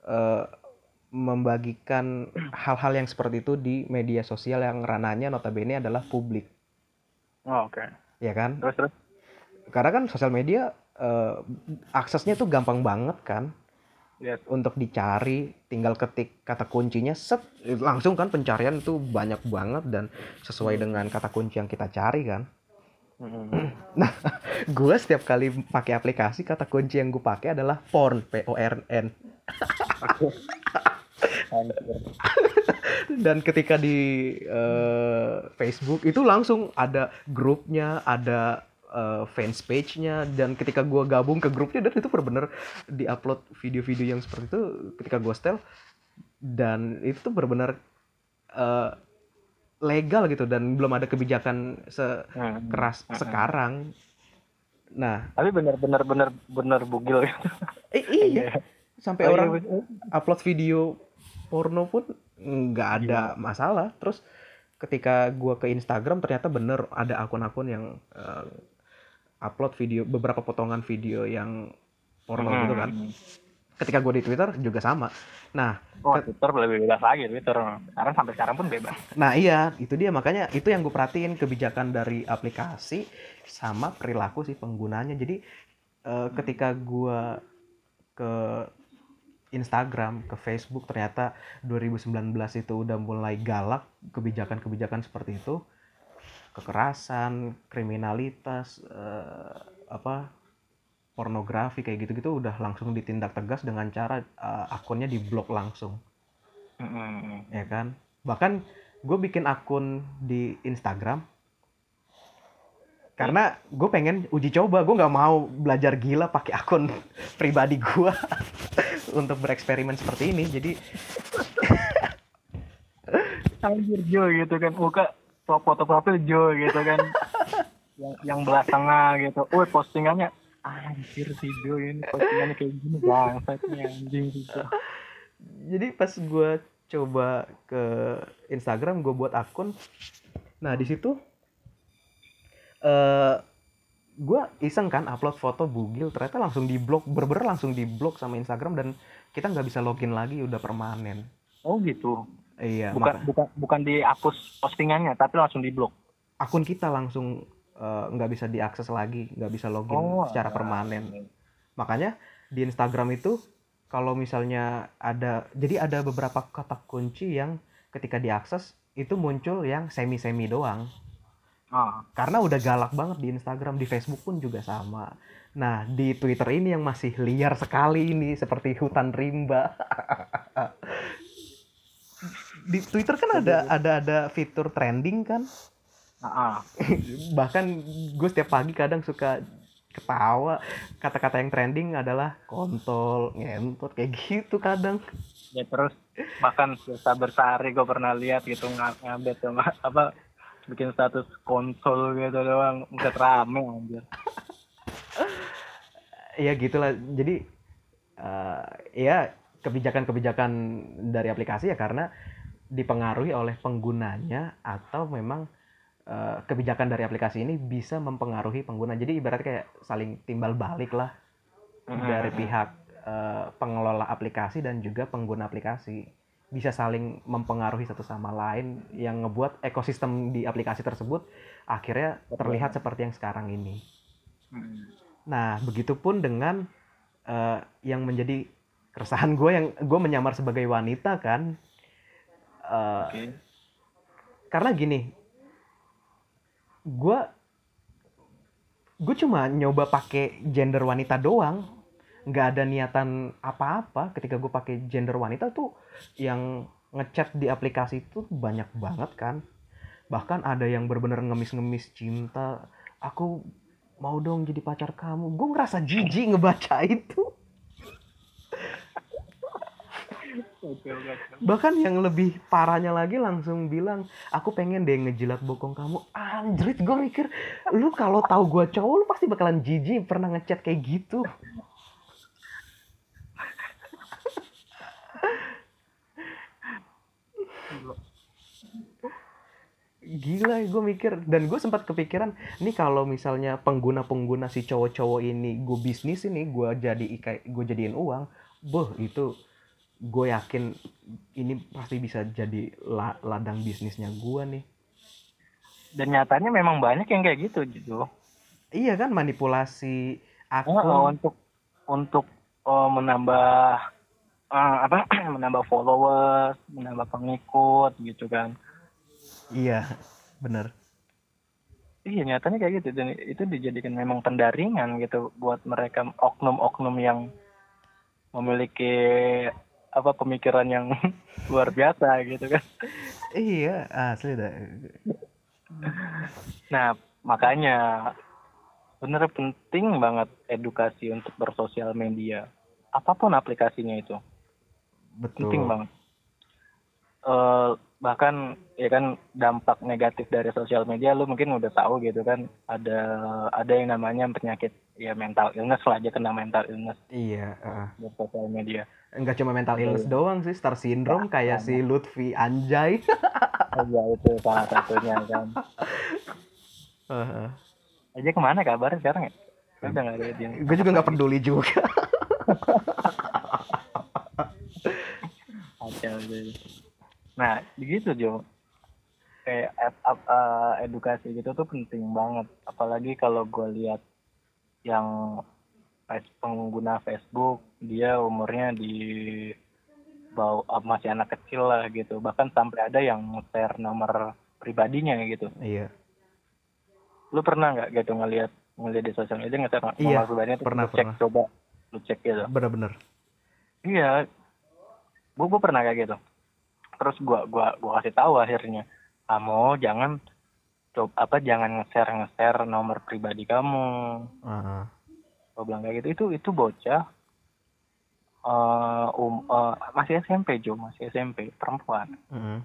membagikan hal-hal yang seperti itu di media sosial yang ranahnya notabene adalah publik. Oh, oke. Ya kan? Terus? Karena kan sosial media aksesnya tuh gampang banget kan. Yes. Untuk dicari, tinggal ketik kata kuncinya, set, langsung kan pencarian itu banyak banget dan sesuai dengan kata kunci yang kita cari kan. Nah, gue setiap kali pakai aplikasi, kata kunci yang gue pakai adalah porn, PORN. Anjir. Dan ketika di Facebook itu langsung ada grupnya, ada fans page-nya, dan ketika gue gabung ke grupnya, dan itu benar-benar di-upload video-video yang seperti itu ketika gue setel, dan itu tuh benar-benar legal gitu, dan belum ada kebijakan sekeras sekarang. Nah, Tapi bener bugil gitu. iya, sampai Oh, iya, orang bener. upload video porno pun nggak ada masalah. Terus ketika gua ke Instagram, ternyata bener ada akun-akun yang upload video, beberapa potongan video yang porno gitu kan. Ketika gue di Twitter juga sama. Nah, Twitter lebih bebas lagi Twitter. Sampai sekarang pun bebas. nah iya, itu dia, makanya itu yang gue perhatiin, kebijakan dari aplikasi sama perilaku si penggunanya. Jadi ketika gue ke Instagram, ke Facebook, ternyata 2019 itu udah mulai galak kebijakan-kebijakan seperti itu, kekerasan, kriminalitas, pornografi kayak gitu-gitu udah langsung ditindak tegas dengan cara akunnya diblok langsung. Ya kan? Bahkan gue bikin akun di Instagram karena gue pengen uji coba, gue nggak mau belajar gila pakai akun pribadi gue untuk bereksperimen seperti ini. Jadi Anjir Jo gitu kan, buka foto profil Jo gitu kan, yang belah tengah gitu. Postingannya anjir si Jo ini postingannya kayak gini bangsatnya anjing gitu. Jadi pas gue coba ke Instagram, gue buat akun. Nah di situ gue iseng kan upload foto bugil, ternyata langsung diblok, bener-bener langsung diblok sama Instagram, dan kita nggak bisa login lagi, udah permanen. Oh gitu. Iya, Bukan dihapus postingannya, tapi langsung diblok. Akun kita langsung nggak bisa diakses lagi, nggak bisa login secara permanen. Makanya di Instagram itu kalau misalnya jadi ada beberapa kata kunci yang ketika diakses itu muncul yang semi-semi doang. Karena udah galak banget di Instagram, di Facebook pun juga sama. Nah, di Twitter ini yang masih liar sekali ini, seperti hutan rimba. Di Twitter kan ada fitur trending kan. Bahkan gue setiap pagi kadang suka ketawa, kata-kata yang trending adalah kontol, ngentot, kayak gitu kadang. Ya terus bahkan Sabar Sari gue pernah lihat gitu ngabet sama apa bikin status konsol gitu doang, nggak rame anjir. Ya gitulah. Jadi ya kebijakan-kebijakan dari aplikasi ya karena dipengaruhi oleh penggunanya, atau memang kebijakan dari aplikasi ini bisa mempengaruhi pengguna. Jadi ibaratnya kayak saling timbal balik lah dari pihak pengelola aplikasi dan juga pengguna aplikasi. Bisa saling mempengaruhi satu sama lain yang ngebuat ekosistem di aplikasi tersebut akhirnya terlihat seperti yang sekarang ini. Nah, begitupun dengan yang menjadi keresahan gue, yang gue menyamar sebagai wanita kan. Karena gini, gue cuma nyoba pakai gender wanita doang, nggak ada niatan apa-apa. Ketika gue pakai gender wanita tuh yang ngechat di aplikasi itu banyak banget kan. Bahkan ada yang benar-benar ngemis-ngemis cinta, aku mau dong jadi pacar kamu. Gue ngerasa jijik ngebaca itu. Bahkan yang lebih parahnya lagi langsung bilang, aku pengen deh ngejilat bokong kamu. Anjrit, gue mikir, lu kalau tahu gue cowok lu pasti bakalan jijik pernah ngechat kayak gitu. Gila, gue mikir, dan gue sempat kepikiran, nih kalau misalnya pengguna-pengguna si cowok-cowok ini gue bisnis ini, gue jadiin uang, itu gue yakin ini pasti bisa jadi ladang bisnisnya gue nih. Dan nyatanya memang banyak yang kayak gitu. Iya kan, manipulasi akun untuk menambah menambah followers, menambah pengikut gitu kan. Iya, bener. Iya nyatanya kayak gitu, dan itu dijadikan memang pendaringan gitu buat mereka oknum-oknum yang memiliki apa pemikiran yang luar biasa gitu kan. Iya, asli dah. Nah makanya bener penting banget edukasi untuk bersosial media, apapun aplikasinya itu penting Betul. banget. Bahkan ya kan dampak negatif dari sosial media lu mungkin udah tahu gitu kan, ada yang namanya penyakit ya mental illness lah, aja kena mental illness Iya, di sosial media. enggak cuma mental Ada illness yang doang sih, star syndrome kayak si banyak. Lutfi Anjay. Oh iya itu salah satunya kan. Heeh. Aja kemana kabarnya sekarang ya? Udah nggak ada dia Gue juga nggak lagi. peduli juga. Aja gitu. Nah begitu Jo, kayak edukasi gitu tuh penting banget, apalagi kalau gue lihat yang pengguna Facebook dia umurnya di bawah masih anak kecil lah gitu, bahkan sampai ada yang share nomor pribadinya gitu. Iya. Lu pernah nggak gitu ngelihat di sosial media nge-share Iya, nomor pribadinya, terus pernah lu cek, pernah. coba lu cek gitu. Bener-bener. Iya, gua pernah kayak gitu. Terus gua kasih tahu akhirnya, kamu jangan jangan nge-share nomor pribadi kamu. Heeh. Gua bilang kayak gitu. Itu bocah masih SMP Jo, masih SMP, perempuan. Heeh.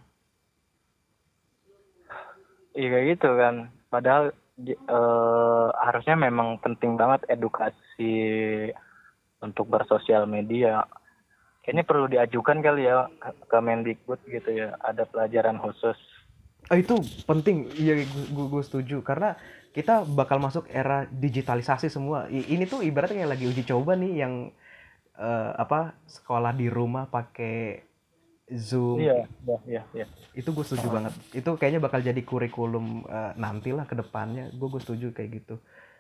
Iya kayak gitu kan. Padahal harusnya memang penting banget edukasi untuk bersosial media. Kayaknya perlu diajukan kali ya ke Mendikbud gitu ya, ada pelajaran khusus. Itu penting, iya gue setuju karena kita bakal masuk era digitalisasi semua. Ini tuh ibaratnya kayak lagi uji coba nih yang sekolah di rumah pakai Zoom. Iya, iya. Itu gue setuju banget. Itu kayaknya bakal jadi kurikulum nantilah ke depannya. Gue setuju kayak gitu.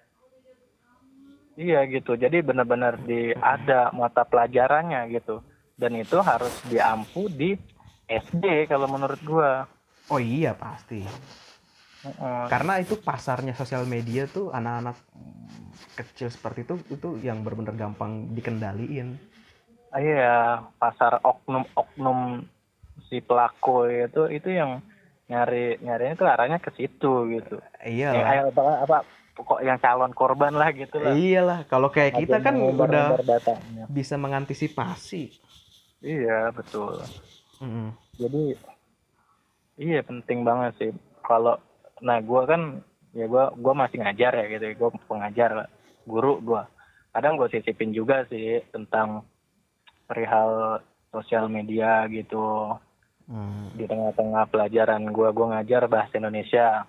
Iya gitu. Jadi benar-benar ada mata pelajarannya gitu. Dan itu harus diampu di SD kalau menurut gua. Oh iya pasti. Karena itu pasarnya sosial media tuh anak-anak kecil seperti itu yang benar-benar gampang dikendaliin. Iya, pasar oknum-oknum si pelaku itu yang nyarinya tuh arahnya ke situ gitu. Iyalah. Apa pokok yang calon korban lah gitu lah. Iyalah, kalau kayak kita kan udah datanya. bisa mengantisipasi. Iya, betul. Jadi iya penting banget sih. Kalau gua kan ya gua masih ngajar ya gitu. Gua pengajar, guru gua. Kadang gua sisipin juga sih tentang perihal sosial media gitu. Di tengah-tengah pelajaran gua ngajar bahasa Indonesia.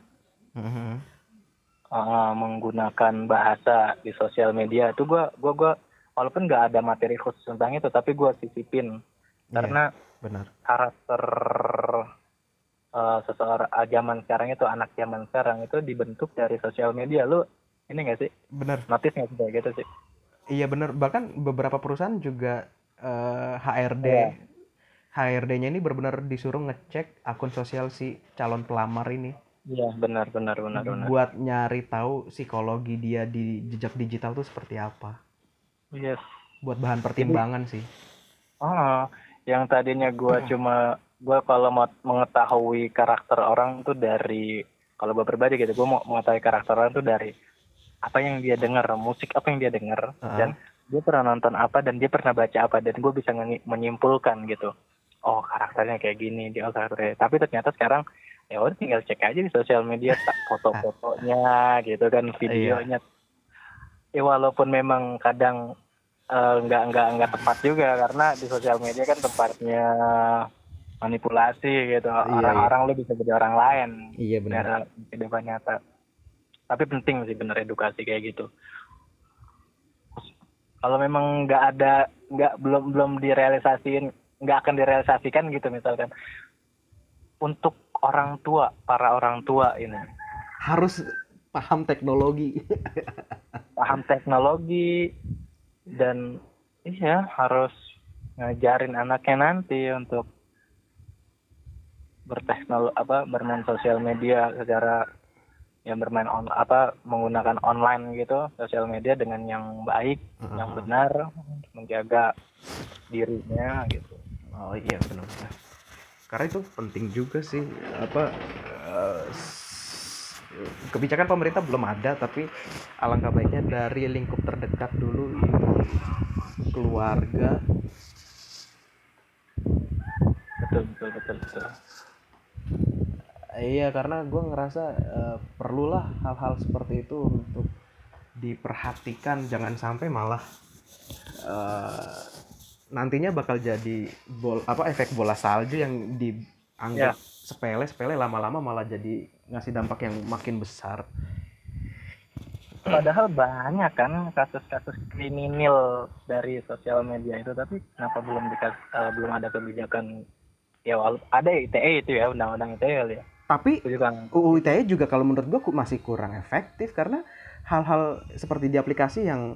Menggunakan bahasa di sosial media itu gua walaupun nggak ada materi khusus tentang itu, tapi gua sisipin karena benar. karakter seseorang zaman sekarang itu, anak zaman sekarang itu dibentuk dari sosial media. Lu ini nggak sih? Benar. Notice nggak sih kayak gitu sih? Iya benar. Bahkan beberapa perusahaan juga HRD HRD-nya ini benar-benar disuruh ngecek akun sosial si calon pelamar ini. Iya benar. Buat nyari tahu psikologi dia di jejak digital tuh seperti apa. Yes. Buat bahan pertimbangan sih. Yang tadinya gue kalau mau mengetahui karakter orang tuh dari, kalau gue pribadi gitu, gue mau mengetahui karakter orang tuh dari apa yang dia dengar, musik apa yang dia dengar, dan dia pernah nonton apa, dan dia pernah baca apa, dan gue bisa menyimpulkan gitu. Oh karakternya kayak gini, dia karakternya. Tapi ternyata sekarang ya udah tinggal cek aja di sosial media foto-fotonya gitu kan, videonya. Ya walaupun memang kadang nggak tepat juga, karena di sosial media kan tempatnya manipulasi gitu. Orang-orang lu bisa jadi orang lain. Iya benar. Kehidupan nyata. Tapi penting sih bener edukasi kayak gitu. Kalau memang belum direalisasiin, nggak akan direalisasikan gitu misalkan. Untuk para orang tua ini harus paham teknologi. Dan iya harus ngajarin anaknya nanti untuk bermain sosial media secara yang bermain menggunakan online gitu, sosial media dengan yang baik, yang benar, menjaga dirinya gitu. Oh iya benar. Karena itu penting juga sih, apa kebijakan pemerintah belum ada, tapi alangkah baiknya dari lingkup terdekat dulu, keluarga. Betul. Iya, karena gue ngerasa perlulah hal-hal seperti itu untuk diperhatikan, jangan sampai malah nantinya bakal jadi efek bola salju yang dianggap sepele lama-lama malah jadi ngasih dampak yang makin besar. Padahal banyak kan kasus-kasus kriminal dari sosial media itu, tapi kenapa belum ada kebijakan? Ya ada ITE itu ya, undang-undang ITE ya. Tapi UU ITE juga kalau menurut gue masih kurang efektif, karena hal-hal seperti di aplikasi yang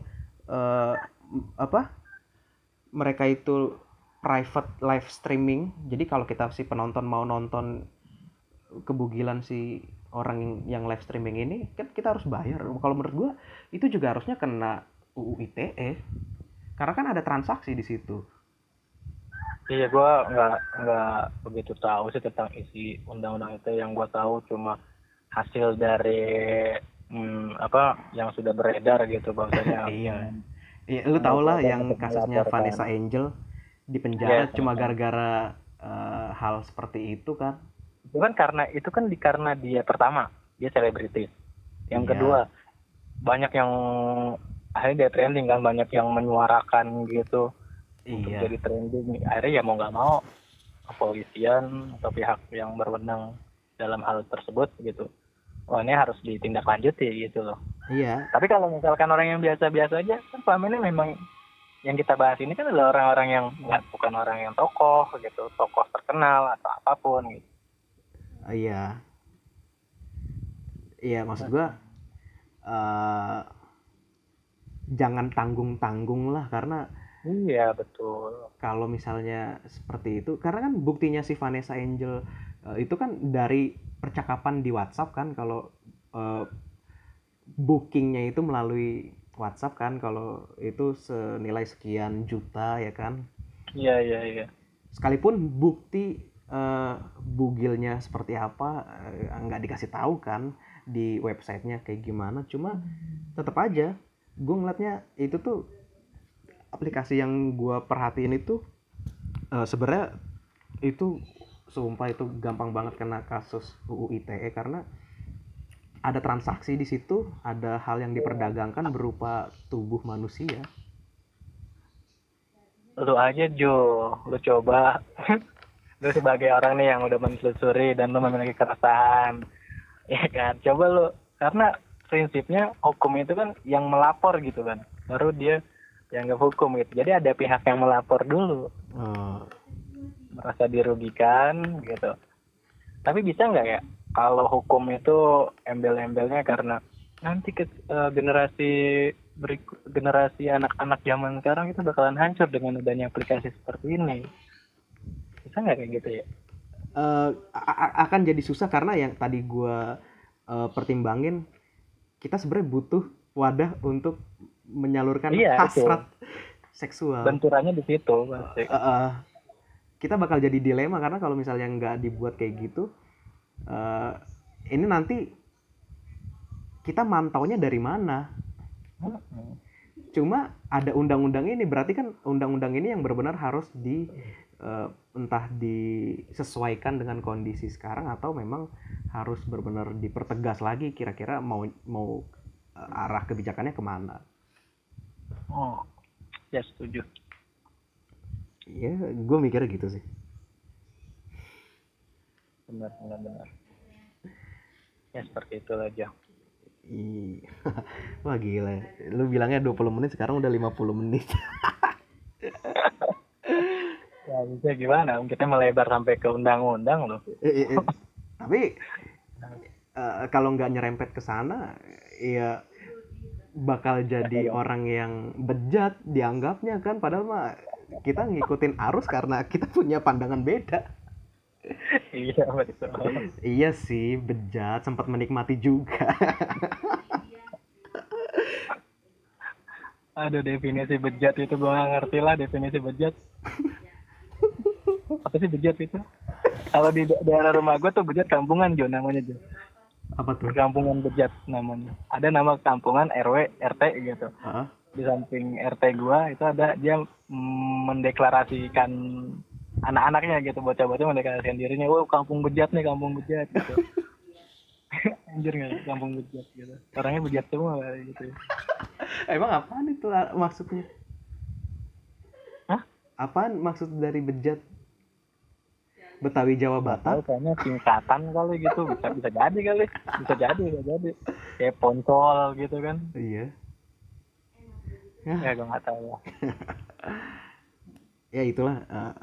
mereka itu private live streaming. Jadi kalau kita si penonton mau nonton kebugilan si orang yang live streaming ini, kan kita harus bayar. Kalau menurut gue itu juga harusnya kena UU ITE, karena kan ada transaksi di situ. Iya, gue nggak begitu tahu sih tentang isi undang-undang itu. Yang gue tahu cuma hasil dari yang sudah beredar gitu bahwasanya. Iya, lu tau lah yang kasusnya Vanessa Angel di penjara cuma gara-gara hal seperti itu kan. Itu kan karena dia pertama dia selebritis. Yang kedua banyak yang akhirnya dia trending kan, banyak yang menyuarakan gitu. Untuk jadi trending, akhirnya ya mau nggak mau kepolisian atau pihak yang berwenang dalam hal tersebut gitu, ini harus ditindaklanjuti gitu loh. Iya. Tapi kalau misalkan orang yang biasa-biasa aja, kan selama ini memang yang kita bahas ini kan adalah orang-orang yang bukan orang yang tokoh gitu, tokoh terkenal atau apapun gitu. Iya, maksud gua jangan tanggung-tanggung lah, karena iya betul. Kalau misalnya seperti itu, karena kan buktinya si Vanessa Angel itu kan dari percakapan di WhatsApp kan, kalau bookingnya itu melalui WhatsApp kan, kalau itu senilai sekian juta ya kan. Iya. Sekalipun bukti bugilnya seperti apa nggak dikasih tahu kan di websitenya kayak gimana, cuma tetap aja gue ngeliatnya itu tuh aplikasi yang gue perhatiin itu sebenarnya itu sumpah itu gampang banget kena kasus UU ITE, karena ada transaksi di situ, ada hal yang diperdagangkan berupa tubuh manusia. Lu aja Jo, lu coba lu sebagai orang nih yang udah menelusuri dan lu memiliki keresahan, ya kan, coba lu, karena prinsipnya hukum itu kan yang melapor gitu kan, baru dia dianggap hukum gitu. Jadi ada pihak yang melapor dulu, merasa dirugikan gitu. Tapi bisa nggak ya kalau hukum itu embel-embelnya karena nanti generasi anak-anak zaman sekarang itu bakalan hancur dengan adanya aplikasi seperti ini. Bisa nggak kayak gitu ya? Akan jadi susah, karena yang tadi gue pertimbangin, kita sebenarnya butuh wadah untuk menyalurkan hasrat seksual. Benturannya di situ. Kita bakal jadi dilema, karena kalau misalnya nggak dibuat kayak gitu, ini nanti kita mantaunya dari mana? Cuma ada undang-undang ini, berarti kan undang-undang ini yang benar-benar harus entah disesuaikan dengan kondisi sekarang, atau memang harus benar-benar dipertegas lagi kira-kira mau arah kebijakannya kemana. Ya setuju. Ya, gue mikirnya gitu sih. Benar. Ya seperti itu aja. Wah gila, lu bilangnya 20 menit, sekarang udah 50 menit. Ya bisa gimana, kita melebar sampai ke undang-undang loh. Tapi kalau nggak nyerempet ke sana, ya bakal jadi orang yang bejat dianggapnya kan, padahal mah kita ngikutin arus karena kita punya pandangan beda. Iya betul. Iya sih, bejat, sempat menikmati juga. Aduh, definisi bejat itu gue nggak ngerti lah definisi bejat. Apa sih bejat itu? Kalau di daerah rumah gue tuh bejat kampungan Jo namanya Jo. Apa tuh? Perkampungan bejat namanya. Ada nama kampungan RW RT gitu. Heeh. Di samping RT gua itu ada dia mendeklarasikan anak-anaknya gitu, bocah-bocah mendeklarasikan dirinya, wah kampung bejat nih, kampung bejat gitu. Anjir nggak kampung bejat gitu. Orangnya bejat semua kayak gitu. Emang apaan itu maksudnya? Hah? Apaan maksud dari bejat? Betawi Jawa Nggak tahu, Batak? kayaknya singkatan kali gitu, bisa jadi kali, bisa jadi. Kayak poncol gitu kan. Iya. Ya gue nggak tahu ya. Ya itulah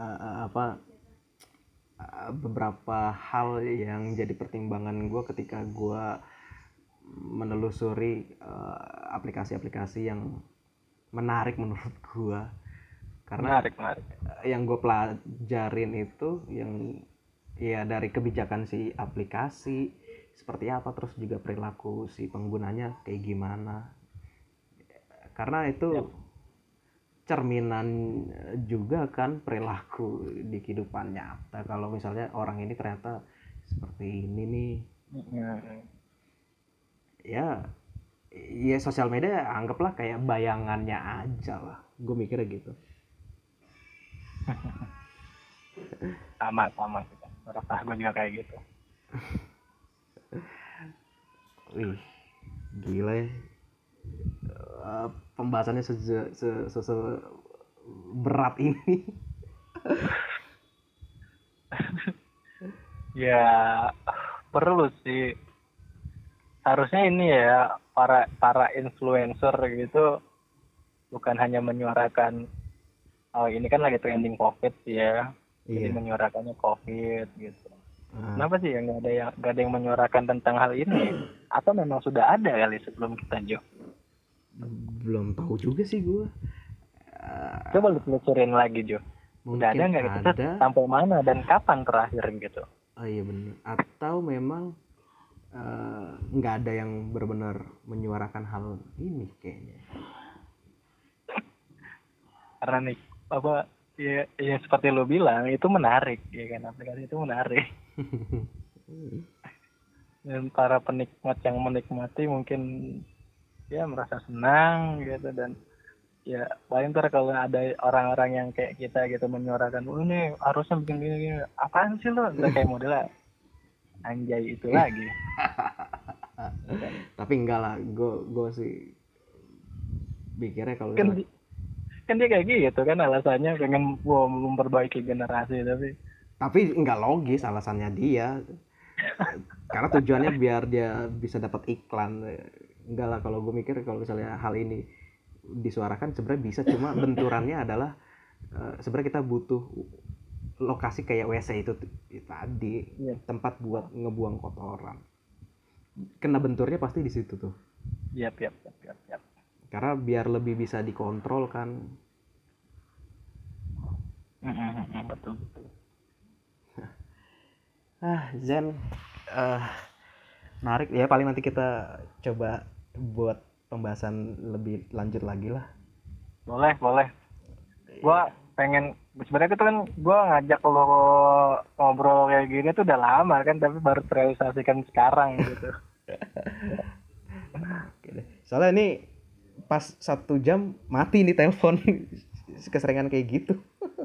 beberapa hal yang jadi pertimbangan gue ketika gue menelusuri aplikasi-aplikasi yang menarik menurut gue, karena Menarik. yang gue pelajarin itu yang ya dari kebijakan si aplikasi seperti apa, terus juga perilaku si penggunanya kayak gimana, karena itu Yap. cerminan juga kan perilaku di kehidupan nyata. Kalau misalnya orang ini ternyata seperti ini nih, ya ya sosial media anggaplah kayak bayangannya aja lah, gue mikirnya gitu. Sama gitu. Rasa gue juga kayak gitu. Wih, gila ya. Pembahasannya berat ini. Ya perlu sih, harusnya ini ya para influencer gitu bukan hanya menyuarakan, oh ini kan lagi trending COVID ya, jadi Iya. menyuarakannya COVID gitu. Kenapa sih yang nggak ada yang menyuarakan tentang hal ini? Atau memang sudah ada kali sebelum kita Jo? Belum tahu juga sih gue. Coba lu telusurin lagi Jo. Udah Mungkin ada nggak gitu? ada. Terus sampai mana dan kapan terakhir gitu? Oh iya benar. Atau memang nggak ada yang benar-benar menyuarakan hal ini kayaknya. Karena nih apa ya seperti lo bilang itu menarik ya kan, aplikasi itu menarik. Dan para penikmat yang menikmati mungkin ya merasa senang gitu, dan ya paling ntar kalau ada orang-orang yang kayak kita gitu menyuarakan, oh ini harusnya bikin gini, apaan sih lo, udah kayak modelnya anjay itu lagi. Tapi enggak lah, gue sih pikirnya kalau Kan dia kayak gitu kan alasannya pengen memperbaiki generasi, tapi enggak logis alasannya dia. Karena tujuannya biar dia bisa dapat iklan. Enggak lah, kalau gue mikir kalau misalnya hal ini disuarakan sebenarnya bisa, cuma benturannya adalah sebenarnya kita butuh lokasi kayak WC itu tadi, tempat buat ngebuang kotoran. Kena benturnya pasti di situ tuh. Yap. Karena biar lebih bisa dikontrol kan. Betul. Zen, menarik ya. Paling nanti kita coba buat pembahasan lebih lanjut lagi lah. Boleh. Gua pengen, sebenarnya itu kan gua ngajak lo ngobrol kayak gini tuh udah lama kan, tapi baru terrealisasikan sekarang gitu. Oke deh. Soalnya ini pas 1 jam mati nih telepon. Keseringan kayak gitu.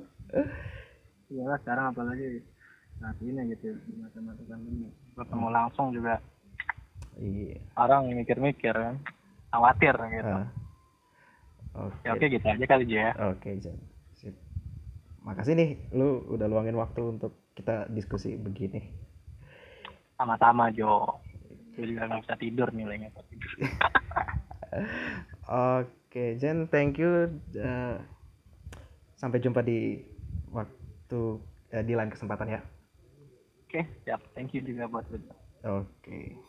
Iya sekarang apalagi saat ini gitu, masa-masa pandemi ketemu langsung juga. Iya. Orang mikir-mikir kan, khawatir gitu. Oke gitu aja kali ya. Oke Zen. Sip. Makasih nih lu udah luangin waktu untuk kita diskusi begini. Sama-sama Jo. Gue juga nggak bisa tidur nih, lagi tidur. Oke Zen, thank you. Sampai jumpa di waktu di lain kesempatan ya. Oke, siap. Thank you juga buat lu. Oke.